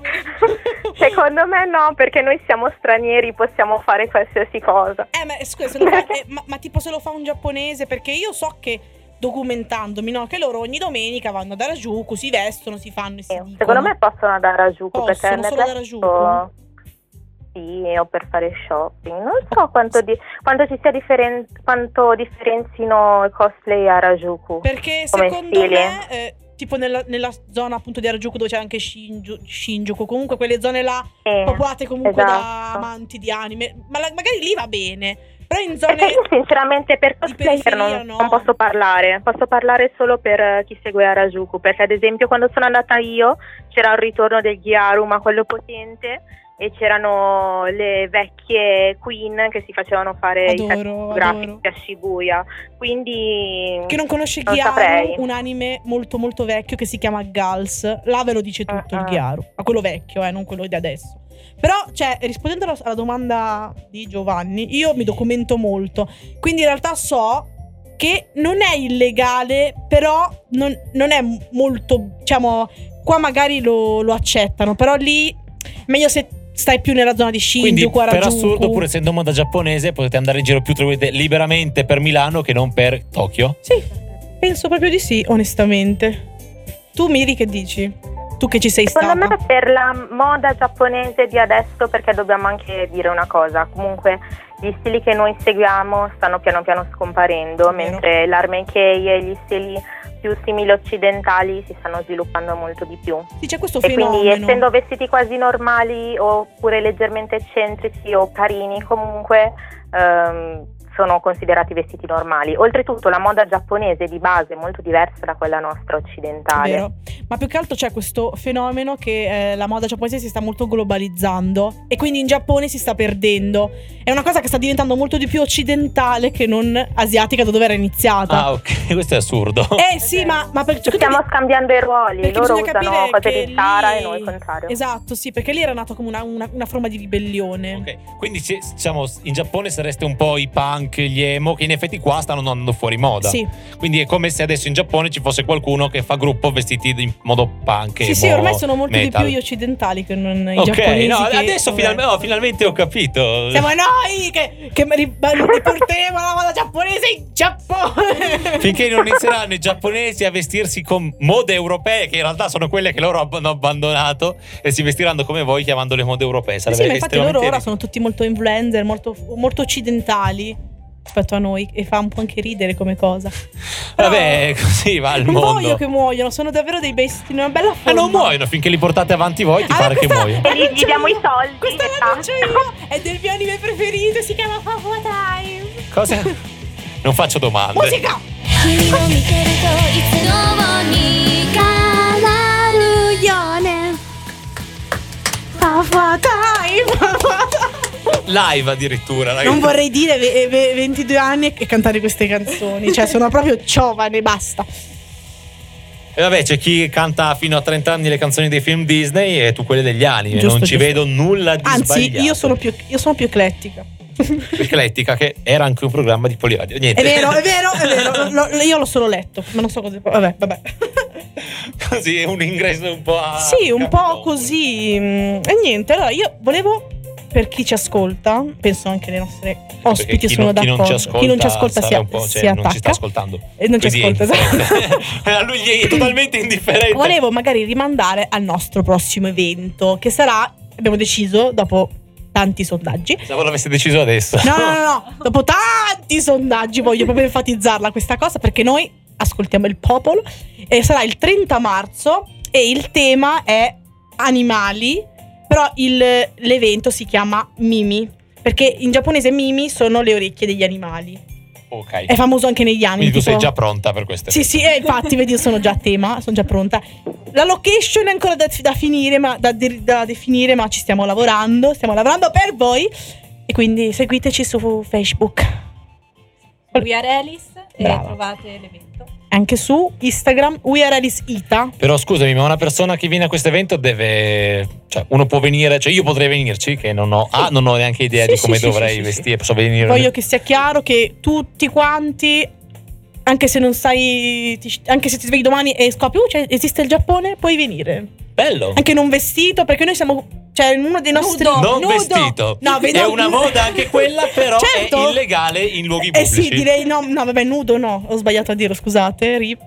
S7: Secondo me no, perché noi siamo stranieri, possiamo fare qualsiasi cosa.
S2: Eh, ma scusa, se lo fa- eh, ma, ma tipo se lo fa un giapponese, perché io so che documentandomi, no, che loro ogni domenica vanno ad Harajuku, si vestono, si fanno e si dicono.
S7: Secondo me possono andare a Harajuku perché
S2: Possono
S7: nel
S2: solo ad
S7: resto-
S2: Harajuku?
S7: Sì, o per fare shopping. Non so quanto, di- quanto ci sia differen- quanto differenzino i cosplay a Harajuku.
S2: Perché
S7: come
S2: secondo
S7: stili.
S2: me, eh, tipo nella, nella zona appunto di Harajuku dove c'è anche Shinju- Shinjuku, comunque quelle zone là
S7: Sì,
S2: popolate comunque da
S7: esatto.
S2: amanti di anime, ma la- magari lì va bene, però in
S7: Perché
S2: zone...
S7: io sinceramente per
S2: di
S7: cosplayer
S2: periferia,
S7: non,
S2: no.
S7: non posso parlare, posso parlare solo per eh, chi segue Harajuku, perché ad esempio quando sono andata io c'era il ritorno del Gyaru, ma quello potente, e c'erano le vecchie queen che si facevano fare i
S2: Adoro,
S7: grafici
S2: adoro.
S7: a Shibuya, quindi
S2: Chi non conosce
S7: non
S2: Gyaru,
S7: saprei.
S2: un anime molto molto vecchio che si chiama Gals, là ve lo dice tutto il
S7: Ah, ah.
S2: Gyaru, ma quello vecchio, eh, non quello di adesso. Però, cioè, rispondendo alla, alla domanda di Giovanni, io mi documento molto, quindi in realtà so che non è illegale, però non, non è molto, diciamo, qua magari lo, lo accettano, però lì meglio se stai più nella zona di
S3: Quindi
S2: Shinjuku,
S3: per
S2: Harajuku.
S3: assurdo, pur essendo moda giapponese, potete andare in giro più tranquillamente, liberamente per Milano che non per Tokyo.
S2: Sì, penso proprio di sì, onestamente. Tu Miri che dici? Tu che ci sei
S7: secondo
S2: stata?
S7: me per la moda giapponese di adesso, perché dobbiamo anche dire una cosa, comunque gli stili che noi seguiamo stanno piano piano scomparendo,
S2: Vero.
S7: mentre l'Arme Kei e gli stili più simili occidentali si stanno sviluppando molto di più.
S2: Sì, c'è questo
S7: E
S2: fenomeno.
S7: quindi essendo vestiti quasi normali oppure leggermente eccentrici o carini, comunque ehm, sono considerati vestiti normali. Oltretutto la moda giapponese di base è molto diversa da quella nostra occidentale.
S2: Vero. Ma più che altro c'è questo fenomeno che eh, la moda giapponese si sta molto globalizzando e quindi in Giappone si sta perdendo. È una cosa che sta diventando molto di più occidentale che non asiatica, da dove era iniziata.
S3: Ah, ok, questo è assurdo.
S2: Eh sì, ma, ma per,
S7: stiamo scambiando i ruoli,
S2: perché
S7: loro
S2: bisogna
S7: usano
S2: capire
S7: cose
S2: che
S7: di Zara
S2: lì-
S7: e noi il contrario.
S2: Esatto, sì, perché lì era nato come una, una, una forma di ribellione.
S3: Ok, quindi ci- diciamo in Giappone sareste un po' i punk, gli emo, che in effetti qua stanno andando fuori moda.
S2: Sì.
S3: Quindi è come se adesso in Giappone ci fosse qualcuno che fa gruppo vestiti in modo punk.
S2: Sì, sì,
S3: emo,
S2: ormai sono molto
S3: metal.
S2: di più gli occidentali che non i
S3: Ok,
S2: giapponesi.
S3: no,
S2: che-
S3: adesso finalmente, oh, finalmente ho capito.
S2: Siamo noi che, che ri- riporteremo la moda giapponese in Giappone.
S3: Finché non inizieranno i giapponesi a vestirsi con mode europee, che in realtà sono quelle che loro hanno abbandonato, e si vestiranno come voi chiamandole mode europee.
S2: Sì,
S3: Sarebbe
S2: sì, ma infatti loro
S3: estremamente
S2: ora sono tutti molto influencer, molto, molto occidentali rispetto a noi, e fa un po' anche ridere come cosa. Però
S3: Vabbè, così va il
S2: non
S3: mondo.
S2: voglio che muoiono, sono davvero dei bestie in una bella
S3: Ma
S2: forma.
S3: non muoiono finché li portate avanti voi, ti
S2: Allora,
S3: pare che
S2: questa-
S3: muoiono.
S7: E gli, gli diamo i soldi.
S2: Questa
S7: e
S2: la
S7: basta.
S2: faccio io, è del mio anime preferito, si chiama Fafo Time.
S3: Cosa? Non faccio domande.
S2: Musica!
S1: 君を見てるといつのにかなるよね
S2: Fafo Time, Fafo Time.
S3: Live addirittura, ragazzi.
S2: Non vorrei dire ve- ve- ventidue anni e cantare queste canzoni, cioè sono proprio giovane, basta.
S3: E vabbè, c'è chi canta fino a trenta anni le canzoni dei film Disney e tu quelle degli anime.
S2: Giusto,
S3: non ci
S2: giusto.
S3: vedo nulla di
S2: Anzi,
S3: sbagliato.
S2: io sono più, io sono più eclettica.
S3: Eclettica, che era anche un programma di Poliradio. Niente.
S2: È vero, è vero, è vero. Lo- lo- io l'ho solo letto, ma non so cosa. Vabbè, vabbè.
S3: Così è un ingresso un po' a...
S2: Sì, un po' così. mm, E niente, allora io volevo, per chi ci ascolta, penso anche le nostre ospiti
S3: Perché chi
S2: sono
S3: non, chi
S2: d'accordo.
S3: non ci ascolta,
S2: chi non ci ascolta
S3: sarà
S2: si,
S3: un po', cioè,
S2: si
S3: non
S2: attacca.
S3: ci sta ascoltando.
S2: E non ci
S3: Quindi è
S2: ascolta,
S3: indifferente. A lui gli è totalmente indifferente.
S2: Volevo magari rimandare al nostro prossimo evento, che sarà, abbiamo deciso, dopo tanti sondaggi.
S3: Pensavo l'avesse deciso adesso.
S2: No, no, no, no. Dopo tanti sondaggi voglio proprio enfatizzarla questa cosa, perché noi ascoltiamo il popolo. E sarà il trenta marzo e il tema è animali, però il- l'evento si chiama Mimi, perché in giapponese Mimi sono le orecchie degli animali.
S3: Ok.
S2: È famoso anche negli anime.
S3: Quindi tu sei
S2: tipo-
S3: già pronta per queste
S2: Sì, sì, eh, infatti, vedi, io sono già a tema, sono già pronta. La location è ancora da, da finire, ma da, de- da definire, ma ci stiamo lavorando, stiamo lavorando per voi. E quindi seguiteci su Facebook,
S5: We Are Alice e
S2: Brava.
S5: trovate l'evento.
S2: anche su Instagram, We Are Alice Ita.
S3: Però scusami, ma una persona che viene a questo evento deve... Cioè, uno può venire... Cioè, io potrei venirci, che non ho... Ah, non ho neanche idea
S2: Sì,
S3: di
S2: sì,
S3: come
S2: sì,
S3: dovrei
S2: sì, sì,
S3: vestire. Posso venire...
S2: Voglio che sia chiaro che tutti quanti, anche se non sai, ti- anche se ti svegli domani e scopri, uh, cioè, esiste il Giappone, puoi venire.
S3: Bello!
S2: Anche non vestito, perché noi siamo, cioè, in uno dei nostri...
S3: Non
S2: nudo.
S3: vestito.
S2: No, vedo-
S3: È una moda anche quella, però
S2: Certo.
S3: è illegale in luoghi
S2: Eh
S3: pubblici.
S2: sì, direi no, no, vabbè, nudo no, ho sbagliato a dirlo, scusate, rip.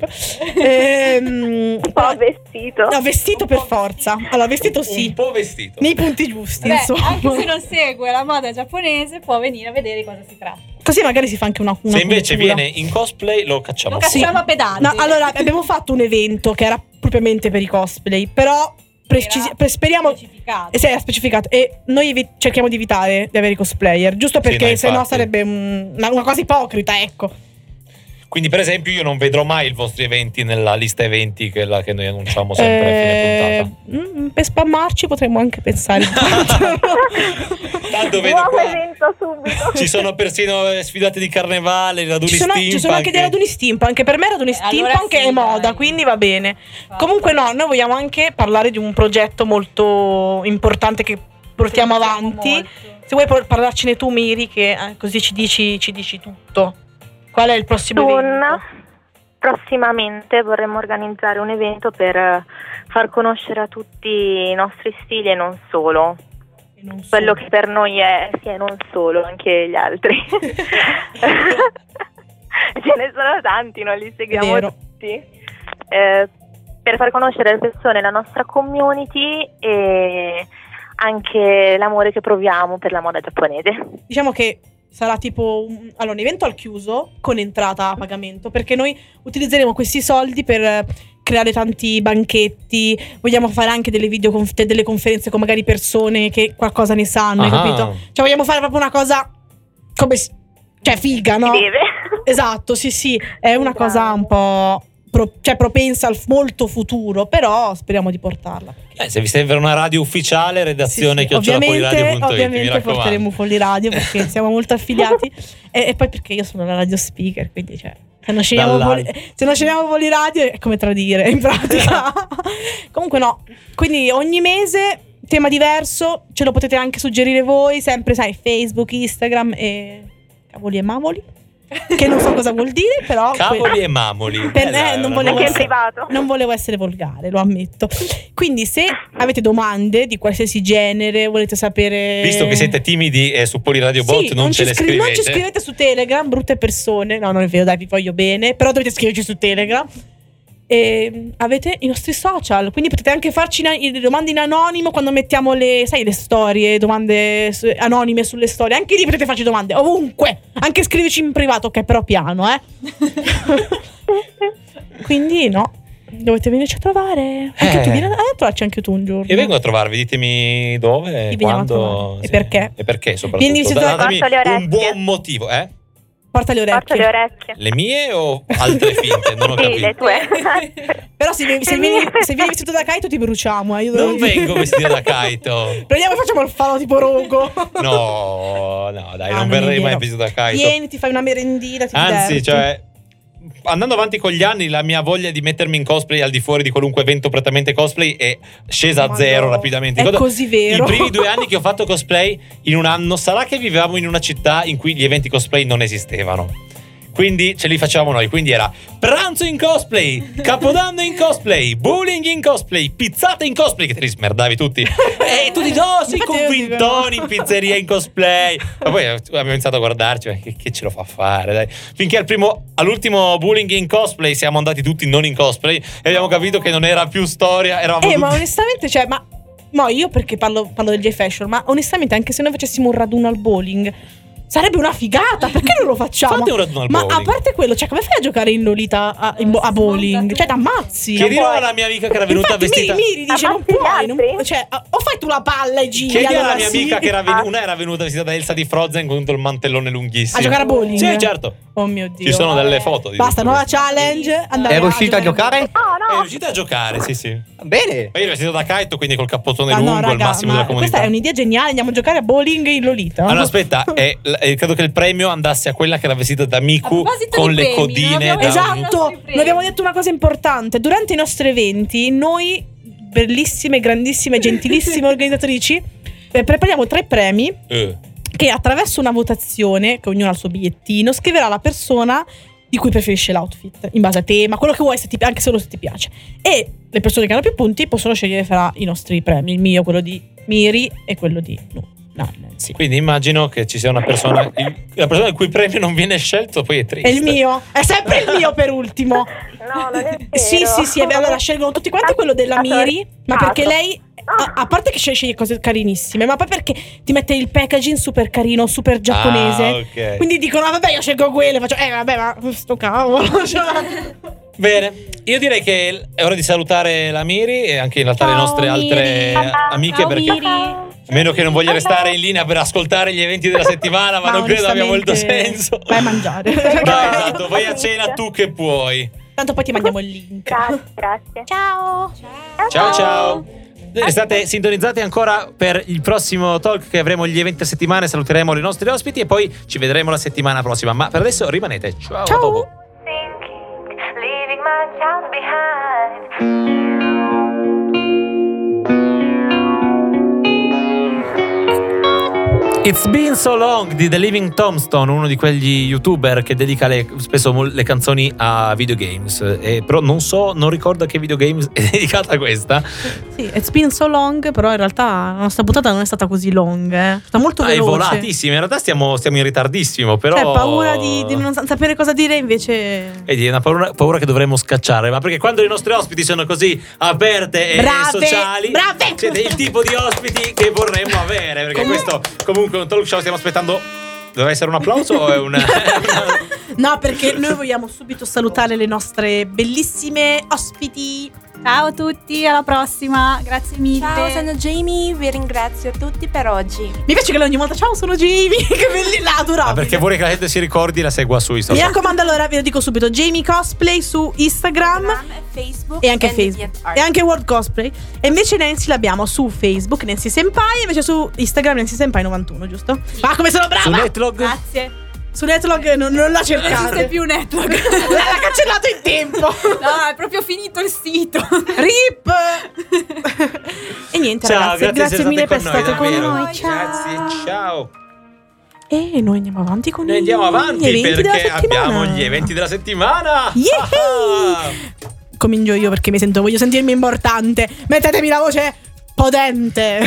S2: Ehm,
S7: Un po' vestito.
S2: no, vestito per forza. Allora, vestito sì,
S3: Un po' vestito.
S2: nei punti giusti,
S5: Beh,
S2: insomma.
S5: anche se non segue la moda giapponese, può venire a vedere di cosa si tratta.
S2: Così magari si fa anche una, una
S3: Se invece
S2: cultura.
S3: viene in cosplay, lo cacciamo
S5: Lo
S3: fuori.
S5: cacciamo a pedate.
S2: No, allora abbiamo fatto un evento che era propriamente per i cosplay, però precisi-
S5: Era
S2: pre- speriamo
S5: specificato.
S2: eh, sì, era specificato e noi evi- cerchiamo di evitare di avere i cosplayer, giusto
S3: Sì,
S2: perché
S3: no,
S2: se no
S3: infatti.
S2: sarebbe un- una, una cosa ipocrita, ecco.
S3: Quindi, per esempio, io non vedrò mai i vostri eventi nella lista eventi, quella che noi annunciamo sempre a fine
S2: Eh,
S3: puntata.
S2: mm, per spammarci potremmo anche pensare.
S3: Tanto vedo
S7: Nuovo
S3: qua.
S7: evento subito.
S3: Ci sono persino eh, sfilate di carnevale, raduni
S2: Ci sono, ci sono anche dei raduni steampunk, anche per me raduni
S5: allora
S2: steampunk
S5: sì,
S2: è moda,
S5: dai.
S2: quindi va bene. Comunque no, noi vogliamo anche parlare di un progetto molto importante che portiamo
S5: Sentiamo
S2: avanti.
S5: molto.
S2: Se vuoi par- parlarcene tu, Miri, che eh, così ci dici, ci dici tutto. Qual è il prossimo
S7: Soon,
S2: evento?
S7: prossimamente vorremmo organizzare un evento per eh, far conoscere a tutti i nostri stili e non solo.
S2: E non so.
S7: Quello che per noi è, sì, e non solo, anche gli altri. Ce ne sono tanti, non li seguiamo
S2: Vero.
S7: tutti. Eh, per far conoscere alle persone la nostra community e anche l'amore che proviamo per la moda giapponese.
S2: Diciamo che sarà tipo un, allora, un evento al chiuso con entrata a pagamento, perché noi utilizzeremo questi soldi per eh, creare tanti banchetti. Vogliamo fare anche delle videoconf- delle conferenze con magari persone che qualcosa ne sanno, hai
S3: Ah.
S2: capito? Cioè vogliamo fare proprio una cosa come s- Cioè figa, no?
S7: Si deve.
S2: Esatto, sì sì, è una
S7: Esatto.
S2: cosa un po' pro- cioè propensa al f- molto futuro, però speriamo di portarla.
S3: Eh, se vi serve una radio ufficiale, redazione chiocciolapoliradio punto it, mi
S2: ovviamente
S3: raccomando.
S2: porteremo Folli Radio perché siamo molto affiliati e, e poi perché io sono la radio speaker, quindi cioè se non scegliamo Folli, se non scegliamo Folli Radio è come tradire in pratica. Comunque no, quindi ogni mese tema diverso, ce lo potete anche suggerire voi, sempre sai Facebook, Instagram e cavoli e mamoli. Che non so cosa vuol dire, però
S3: Cavoli
S2: que-
S3: e mamoli.
S2: Per-
S3: Eh,
S2: eh, non,
S3: una
S2: volevo
S7: Anche in
S2: essere,
S7: privato.
S2: non volevo essere volgare, lo ammetto. Quindi se avete domande di qualsiasi genere, volete sapere,
S3: Visto che siete timidi e su Poliradio Bot
S2: sì,
S3: non, ce
S2: ci
S3: le
S2: scri-
S3: scrivete.
S2: non ci scrivete su Telegram, brutte persone. No, non è vero, dai, vi voglio bene. Però dovete scriverci su Telegram. E avete i nostri social, quindi potete anche farci in- le domande in anonimo quando mettiamo le, sai, le storie, domande su- anonime sulle storie. Anche lì potete farci domande ovunque, anche scriverci in privato, ok, però piano, eh. Quindi no, dovete venirci a trovare. Anche
S3: Eh.
S2: tu vieni a a trovarci anche tu un giorno.
S3: Io vengo a trovarvi, ditemi dove,
S2: Ti veniamo a
S3: quando
S2: trovare. E perché?
S3: E perché soprattutto.
S2: Vieni visito-
S3: Datemi
S7: Porta le
S3: un
S7: orecchie.
S3: buon motivo, eh?
S2: Porta le
S7: Porta
S2: orecchie.
S7: le orecchie.
S3: Le mie o altre finte? Non ho
S7: Sì,
S3: capito.
S7: le tue.
S2: Però se, vieni- se vieni, se vieni vestito da Kaito ti bruciamo, eh. Io
S3: Non
S2: devo dire.
S3: vengo vestito da Kaito.
S2: Prendiamo e facciamo il fallo tipo rogo.
S3: No, no, dai,
S2: Ah,
S3: non
S2: non è
S3: verrei mai
S2: vero.
S3: vestito da Kaito.
S2: Vieni, ti fai una merendina, ti
S3: Anzi,
S2: diverti.
S3: cioè, andando avanti con gli anni, la mia voglia di mettermi in cosplay al di fuori di qualunque evento prettamente cosplay è scesa a
S2: Ma
S3: zero
S2: no,
S3: rapidamente.
S2: è
S3: Ricordo
S2: così vero.
S3: I primi due anni che ho fatto cosplay in un anno, sarà che vivevamo in una città in cui gli eventi cosplay non esistevano. Quindi ce li facciamo noi. Quindi era pranzo in cosplay, capodanno in cosplay, bowling in cosplay, pizzate in cosplay, che te li smerdavi tutti. E tu dici, oh, sei
S2: Infatti io
S3: convintoni in pizzeria in cosplay. Ma poi abbiamo iniziato a guardarci, ma che, che ce lo fa fare, dai. Finché al primo, all'ultimo bowling in cosplay siamo andati tutti non in cosplay e abbiamo capito che non era più storia, eravamo
S2: Eh,
S3: tutti...
S2: ma onestamente, cioè, ma no, io perché parlo, parlo del J-Fashion, ma onestamente anche se noi facessimo un raduno al bowling sarebbe una figata, perché non lo facciamo?
S3: Fate un raduno al
S2: Ma
S3: bowling.
S2: a parte quello, cioè, come fai a giocare in Lolita a, in bo- a bowling? Cioè, t'ammazzi.
S3: Chiedilo alla mia amica che era venuta
S2: Infatti,
S3: vestita...
S2: Miri, Miri dice, non
S7: Ammazzi gli
S2: puoi, non-
S7: altri?
S2: cioè, o fai tu la palla e giri.
S3: Chiedi alla
S2: allora
S3: mia
S2: sì.
S3: amica che era ven- una era venuta vestita da Elsa di Frozen con tutto il mantellone lunghissimo.
S2: A giocare a bowling?
S3: Sì, certo.
S2: Oh mio Dio.
S3: Ci sono delle foto di
S2: Basta,
S3: tutto
S2: nuova
S3: questo.
S2: challenge. andare
S6: È riuscita a giocare?
S7: No,
S3: È
S7: no.
S3: riuscita a giocare, sì, sì.
S6: Bene.
S3: Poi io ero vestito da Kaito, quindi col cappottone
S2: Ah, no,
S3: lungo, il
S2: raga,
S3: massimo
S2: ma
S3: della comunità.
S2: questa è un'idea geniale, andiamo a giocare a bowling in Lolita.
S3: Allora aspetta, eh, l- eh, credo che il premio andasse a quella che era vestita da Miku
S5: A proposito
S3: con
S5: di
S3: le
S5: premi,
S3: codine.
S5: non abbiamo-
S3: da-
S2: Esatto, noi abbiamo detto una cosa importante. Durante i nostri eventi, noi, bellissime, grandissime, gentilissime organizzatrici, eh, prepariamo tre premi
S3: Eh.
S2: che attraverso una votazione, che ognuno ha il suo bigliettino, scriverà la persona di cui preferisce l'outfit, in base a tema, quello che vuoi, se ti, anche solo se ti piace. E le persone che hanno più punti possono scegliere fra i nostri premi, il mio, quello di Miri e quello di Nu. No, Nancy.
S3: Quindi immagino che ci sia una persona, il- la persona il cui premio non viene scelto, poi è triste.
S2: È il mio, è sempre il mio per ultimo.
S7: No, non è vero.
S2: Sì, sì, sì, è vero. Allora scelgono tutti quanti quello della Miri, ma perché lei, a, a parte che sceglie cose carinissime, ma poi perché ti mette il packaging super carino, super giapponese.
S3: Ah, ok.
S2: Quindi dicono, ah, vabbè, io scelgo quello. Faccio, eh, vabbè, ma sto cavolo. Cioè,
S3: Bene, io direi che è ora di salutare la Miri e anche in realtà le
S2: Ciao,
S3: nostre altre
S2: Miri.
S3: amiche,
S2: Ciao,
S3: perché
S2: Miri.
S3: a meno che non voglia restare in linea per ascoltare gli eventi della settimana, ma, non credo abbia molto
S2: onestamente,
S3: senso.
S2: Vai a mangiare.
S3: Vai, esatto, vai a cena tu che puoi.
S2: Tanto poi ti mandiamo il link.
S7: Grazie, grazie.
S2: Ciao.
S3: Ciao ciao. State sintonizzati ancora per il prossimo talk, che avremo gli eventi a settimana, saluteremo i nostri ospiti e poi ci vedremo la settimana prossima. Ma per adesso rimanete. Ciao.
S2: Ciao.
S3: A dopo.
S10: Leaving my child behind.
S3: It's Been So Long di The Living Tombstone, uno di quegli youtuber che dedica le, spesso mol- le canzoni a videogames. E però non so, non ricordo a che videogames è dedicata questa.
S2: Sì, it's been so long, però in realtà la nostra puntata non è stata così long, eh. È stata molto
S3: Ah, è
S2: veloce.
S3: volatissima. In realtà stiamo, stiamo in ritardissimo, però.
S2: Cioè, paura di, di non sapere cosa dire, invece.
S3: Vedi, è una paura, paura che dovremmo scacciare. Ma perché quando i nostri ospiti sono così aperte e
S2: Brave,
S3: sociali,
S2: brave.
S3: siete il tipo di ospiti che vorremmo avere. Perché questo, comunque, un talk show stiamo aspettando. Deve essere un applauso o è una.
S2: No, perché noi vogliamo subito salutare le nostre bellissime ospiti
S11: Ciao a tutti, alla prossima, grazie mille.
S9: Ciao, sono Jamie, vi ringrazio tutti per oggi.
S2: Mi piace che lei ogni volta ciao sono Jamie, che bellina, adorabile.
S3: Ah, perché vuole che la gente si ricordi, la segua su
S2: Mi
S3: Instagram.
S2: raccomando, allora ve lo dico subito: Jamie Cosplay su Instagram,
S9: Instagram e Facebook
S2: e anche
S9: and
S2: Facebook
S9: DeviantArt.
S2: e anche World Cosplay. E invece Nancy l'abbiamo su Facebook, Nancy Senpai, e invece su Instagram Nancy Senpai novantuno, giusto? Ma come sono brava!
S3: Su Netlog?
S11: Grazie.
S2: Su Netlog non, non la
S11: Non esiste
S2: cercate.
S11: più Netlog.
S2: L'ha cancellato in tempo.
S11: No, è proprio finito il sito.
S2: Rip. E niente,
S3: Ciao,
S2: ragazzi,
S3: grazie,
S2: grazie,
S3: di essere
S2: mille per
S3: state
S2: stare
S3: con
S2: con
S3: noi,
S2: noi.
S3: davvero. Grazie, ciao.
S2: E noi andiamo avanti con
S3: Noi andiamo
S2: gli
S3: avanti
S2: eventi della
S3: perché
S2: settimana.
S3: abbiamo gli eventi della settimana.
S2: Yehey! Comincio io perché mi sento, voglio sentirmi importante. Mettetemi la voce potente.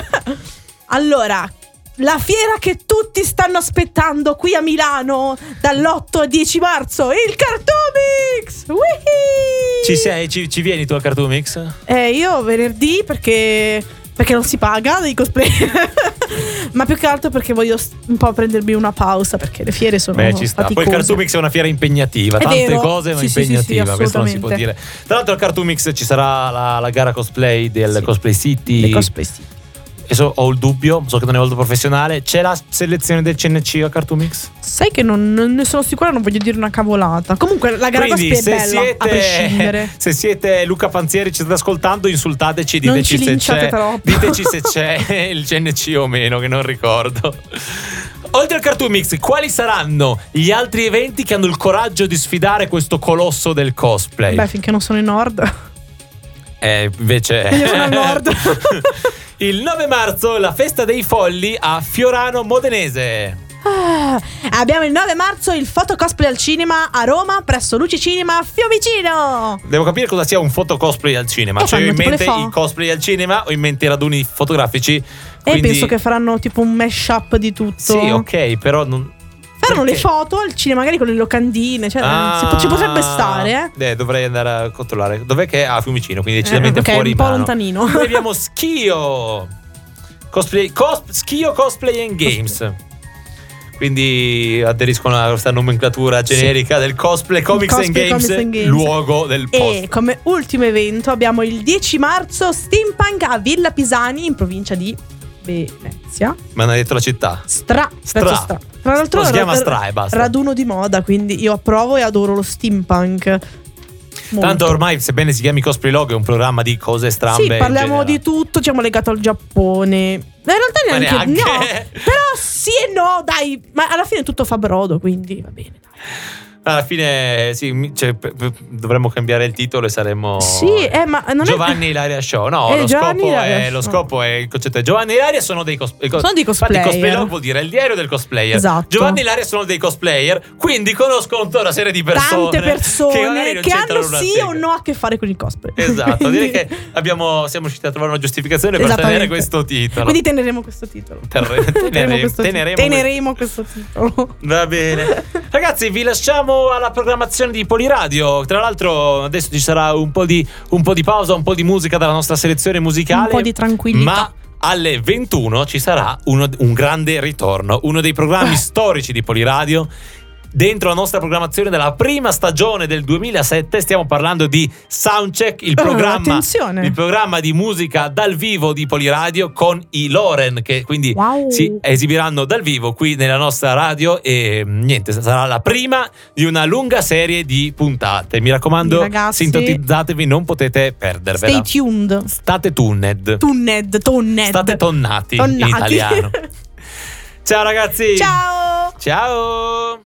S2: Allora, la fiera che tutti stanno aspettando qui a Milano dall'otto al dieci marzo, il Cartoomix! Wihey!
S3: Ci sei? Ci, ci vieni tu al Cartoomix?
S2: Eh, io venerdì perché perché non si paga dei cosplay. Ma più che altro perché voglio s- un po' prendermi una pausa, perché le fiere sono
S3: Beh, ci sta. Poi il
S2: faticose.
S3: Cartoomix è una fiera impegnativa,
S2: È
S3: tante
S2: vero.
S3: cose, ma
S2: Sì, sì, sì,
S3: impegnativa.
S2: sì,
S3: questo non si può
S2: assolutamente.
S3: dire. Tra l'altro, al Cartoomix ci sarà la, la gara cosplay del Cosplay City.
S2: Le cosplay sì.
S3: Adesso ho il dubbio, so che non è molto professionale. C'è la selezione del C N C a Cartoomix?
S2: Sai che non, non ne sono sicura, non voglio dire una cavolata. Comunque la gara
S3: Quindi,
S2: cosplay è
S3: se
S2: bella,
S3: siete,
S2: a prescindere.
S3: se siete Luca Panzieri, ci state ascoltando, insultateci,
S2: Non
S3: diteci
S2: ci
S3: se
S2: linciate
S3: c'è,
S2: troppo.
S3: diteci se c'è il C N C o meno, che non ricordo. Oltre al Cartoomix, quali saranno gli altri eventi che hanno il coraggio di sfidare questo colosso del cosplay?
S2: Beh, finché non sono in nord.
S3: Eh, invece
S2: Io sono al nord.
S3: il nove marzo la festa dei folli a Fiorano Modenese.
S2: Ah, abbiamo il nove marzo il foto cosplay al cinema a Roma presso Luci Cinema Fiumicino.
S3: Devo capire cosa sia un foto cosplay al cinema.
S2: Eh,
S3: Cioè, ho in
S2: fanno tipo
S3: mente
S2: le fo-
S3: i cosplay al cinema o in mente i raduni fotografici.
S2: E
S3: Quindi,
S2: penso che faranno tipo un mashup di tutto.
S3: sì, ok, però non.
S2: Faranno le
S3: perché?
S2: foto al cinema, magari con le locandine. Cioè,
S3: Ah,
S2: si po- ci potrebbe stare, eh.
S3: Eh, dovrei andare a controllare. Dov'è che è? A Fiumicino, quindi decisamente
S2: Eh, ok,
S3: fuori
S2: un po'
S3: mano.
S2: lontanino.
S3: Poi abbiamo Schio. Cosplay, cos- Schio Cosplay and Games. Quindi aderiscono a questa nomenclatura generica del cosplay, comics,
S2: Cosplay,
S3: and games,
S2: Comics and Games.
S3: luogo del post.
S2: E come ultimo evento abbiamo il dieci marzo Steampunk a Villa Pisani in provincia di Venezia.
S3: Mi hanno detto la città.
S2: Stra,
S3: Stra.
S2: prezzo stra. Tra l'altro
S3: No, si
S2: ra-
S3: chiama Stra e basta.
S2: raduno di moda, quindi io approvo e adoro lo steampunk. Molto.
S3: Tanto ormai, sebbene si chiami Cosplay Log, è un programma di cose strambe.
S2: Sì,
S3: in
S2: parliamo
S3: generale.
S2: di tutto, diciamo legato al Giappone. Ma in realtà
S3: Ma
S2: neanche,
S3: neanche.
S2: no. Però sì e no, dai, ma alla fine tutto fa brodo, quindi va bene, dai.
S3: Alla fine, sì, mi- cioè, p- p- dovremmo cambiare il titolo e saremmo.
S2: Sì, eh, ma non è-
S3: Giovanni Ilaria Show. No,
S2: Eh,
S3: lo,
S2: Giovanni
S3: scopo
S2: Ilaria
S3: è, lo
S2: Show.
S3: scopo è il concetto è Giovanni Ilaria sono dei, cos- il cos-
S2: Sono dei
S3: Infatti,
S2: cosplayer.
S3: Cosplay Log vuol dire il diario del cosplayer.
S2: Esatto.
S3: Giovanni Ilaria sono dei cosplayer, quindi conoscono tutta una serie di persone.
S2: Tante persone
S3: che,
S2: che,
S3: magari non
S2: hanno
S3: c'entrano una
S2: sì
S3: sega.
S2: o no a che fare con il cosplay.
S3: Esatto, direi che abbiamo, siamo riusciti a trovare una giustificazione per
S2: Esattamente.
S3: tenere questo titolo.
S2: Quindi teneremo questo titolo.
S3: Terre-
S2: Teneremo
S3: tenere-
S2: questo ti-
S3: teneremo
S2: teneremo questo titolo.
S3: Va bene. Ragazzi, vi lasciamo alla programmazione di Poliradio. Tra l'altro, adesso ci sarà un po' di, un po' di pausa, un po' di musica dalla nostra selezione musicale.
S2: Un po' di tranquillità.
S3: Ma alle ventuno ci sarà uno- un grande ritorno. Uno dei programmi storici di Poliradio. Dentro la nostra programmazione della prima stagione del duemilasette stiamo parlando di Soundcheck, il
S2: Oh,
S3: programma,
S2: attenzione.
S3: il programma di musica dal vivo di Poliradio con i Loren, che quindi
S2: Wow.
S3: si esibiranno dal vivo qui nella nostra radio e mm, niente, sarà la prima di una lunga serie di puntate. Mi raccomando,
S2: Ragazzi,
S3: sintonizzatevi, non potete perdervela.
S2: Stay tuned.
S3: State tunned.
S2: Tunned, tonned.
S3: State tonnati,
S2: Tonnati.
S3: in italiano. Ciao ragazzi.
S2: Ciao.
S3: Ciao.